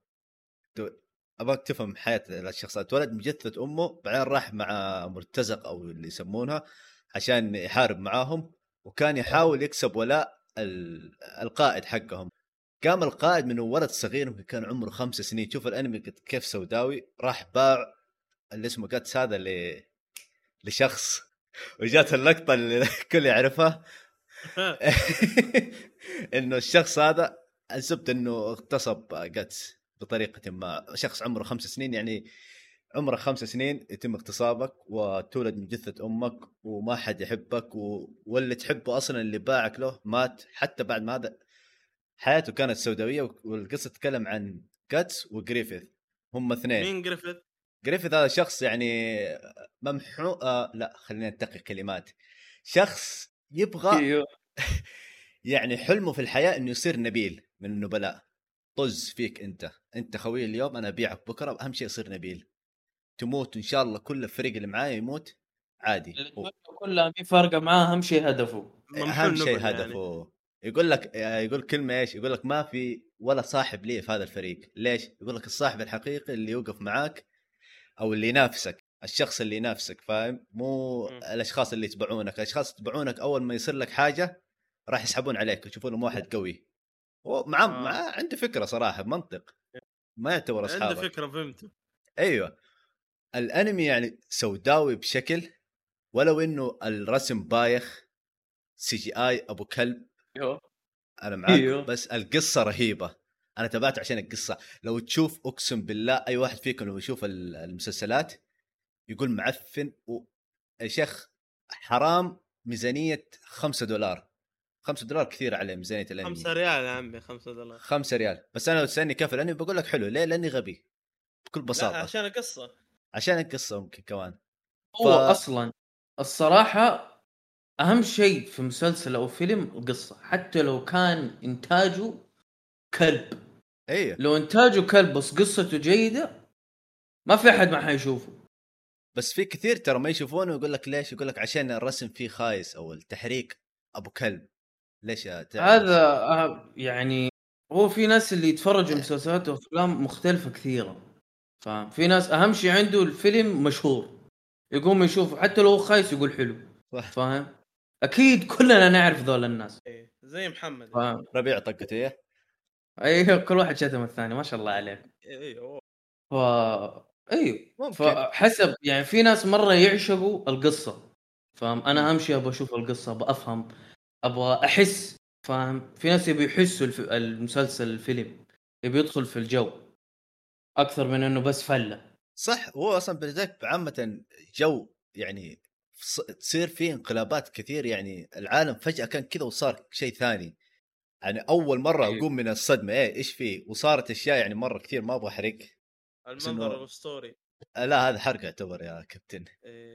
ابغاك تفهم حياه الشخصيات. تولد من جثه امه بعدين راح مع مرتزق او اللي يسمونها عشان يحارب معاهم وكان يحاول يكسب ولاء القائد حقهم. قام القائد من ولد صغير ممكن كان عمره 5 سنين، شوف الانمي كيف سوداوي، راح باع اللي اسمه جاتس هذا لشخص، وجات اللقطه اللي الكل يعرفها انه الشخص هذا السبت انه اغتصب جاتس بطريقه ما، شخص عمره 5 سنين، يعني عمرك 5 سنين يتم اغتصابك وتولد من جثة أمك وما حد يحبك واللي تحبه أصلا اللي باعك له مات. حتى بعد ما هذا حياته كانت سوداوية. والقصة تتكلم عن جاتس وغريفيث، هم اثنين. مين جريفيث؟ جريفيث هذا شخص يعني ممحو لا خلينا نتقي كلمات. شخص يبغى يعني حلمه في الحياة انه يصير نبيل من النبلاء. طز فيك انت خوي اليوم، انا ابيعك بكره، اهم شيء يصير نبيل. تموت ان شاء الله كل الفريق اللي معايا يموت عادي، كلها مي فارقه معاه، اهم شيء هدفه. اهم شيء هدفه يعني. يقول كلمه ايش؟ يقول لك ما في ولا صاحب لي في هذا الفريق. ليش؟ يقول لك الصاحب الحقيقي اللي يوقف معاك او اللي ينافسك، الشخص اللي ينافسك، فاهم؟ مو الاشخاص اللي يتبعونك. الاشخاص يتبعونك اول ما يصير لك حاجه راح يسحبون عليك ويشوفون مو واحد قوي مع عنده فكره صراحه بمنطق، ما يعتبر اصحابك. عنده فكره، فهمته. ايوه الانمي يعني سوداوي بشكل، ولو انه الرسم بايخ CGI ابو كلب. انا معاك بس القصه رهيبه، انا تابعت عشان القصه. لو تشوف اقسم بالله اي واحد فيكم لو يشوف المسلسلات يقول معفن يا شيخ حرام. ميزانيه $5 $5 كثير على ميزانيه الانمي. 5 ريال يا عمي، $5 5 ريال. بس انا لو تسالني كيف الانمي بقول لك حلو. ليه؟ لاني غبي بكل بساطه. لا عشان القصه، عشان القصه ممكن كمان. هو اصلا الصراحه اهم شيء في مسلسل او فيلم القصه، حتى لو كان انتاجه كلب. ايه لو انتاجه كلب بس قصته جيده ما في احد ما حيشوفه. بس في كثير ترى ما يشوفونه ويقول لك ليش؟ يقول لك عشان الرسم فيه خايس او التحريك ابو كلب. ليش هذا يعني هو في ناس اللي يتفرجوا مسلسلات وافلام مختلفه كثيره، ففي ناس اهم شيء عنده الفيلم مشهور يقوم يشوفه حتى لو خايس يقول حلو. فاهم؟ اكيد كلنا نعرف ذول الناس. إيه. زي محمد ربيع طقته ايه. ايوه كل واحد شتم الثاني ما شاء الله عليك. ايوه ايوه فحسب يعني في ناس مره يعشقوا القصه، فاهم؟ انا اهم شيء ابغى اشوف القصه، ابغى افهم، ابغى احس. فاهم؟ في ناس يبي يحسوا المسلسل الفيلم، يبي يدخل في الجو اكثر من انه بس فله. صح. هو اصلا بالذات بعامه جو يعني تصير فيه انقلابات كثير، يعني العالم فجاه كان كذا وصار شيء ثاني. يعني اول مره اقوم من الصدمه ايش فيه، وصارت اشياء يعني مره كثير. ما ابغى احرق المنظر الاسطوري. لا هذا حرق يعتبر يا كابتن.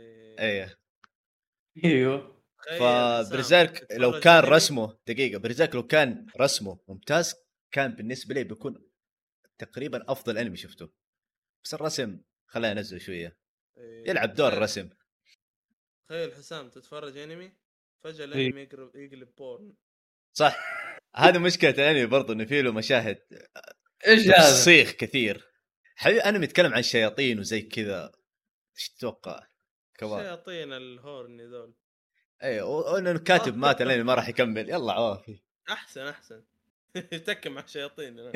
ايوه فبرزيرك لو كان رسمه دقيقه، برزيرك لو كان رسمه ممتاز كان بالنسبه لي بيكون تقريبا افضل انمي شفته. بس الرسم خلاه ينزل شويه، يلعب دور الرسم. تخيل حسام تتفرج انمي فجاه الانمي يقلب بورن. صح هذه مشكله الانمي برضو، انه فيه له مشاهد ايش هذا صيخ كثير. حبيبي انا متكلم عن الشياطين وزي كذا، ايش تتوقع كمان؟ شياطين الهورن ذول. ايوه وانه كاتب مات الانمي ما راح يكمل. يلا عوافي احسن يتكلم مع الشياطين.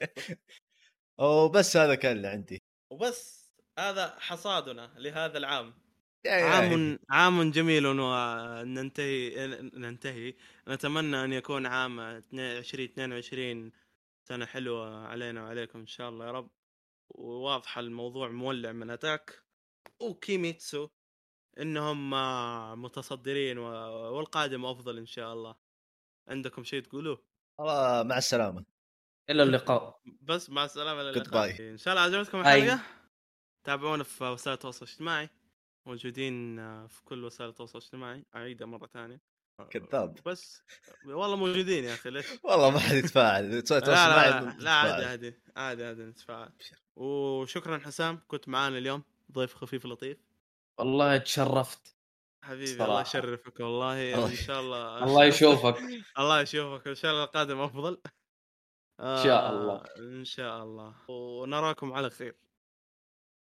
وبس هذا كان اللي عندي. وبس هذا حصادنا لهذا العام. عام جميل وننتهي. نتمنى أن يكون عام 2022 سنة حلوة علينا وعليكم إن شاء الله يا رب. وواضح الموضوع مولع من أتاك وكيميتسو إنهم متصدرين والقادم أفضل إن شاء الله. عندكم شيء تقولوه؟ الله مع السلامة، إلى اللقاء. بس مع السلامة، إلى اللقاء. إن شاء الله عجبتكم الحلقة. تابعونا في وسائل التواصل الاجتماعي، موجودين في كل وسائل التواصل الاجتماعي. أعيدها مرة ثانية، كذاب بس والله موجودين يا أخي. ليش والله ما حد يتفاعل؟ لا عادي نتفاعل. وشكرا حسام، كنت معانا اليوم ضيف خفيف لطيف. والله تشرفت حبيبي صراحة. الله يشرفك والله. إن شاء الله الله يشوفك الله يشوفك إن شاء الله القادم أفضل إن شاء الله. إن شاء الله، ونراكم على خير.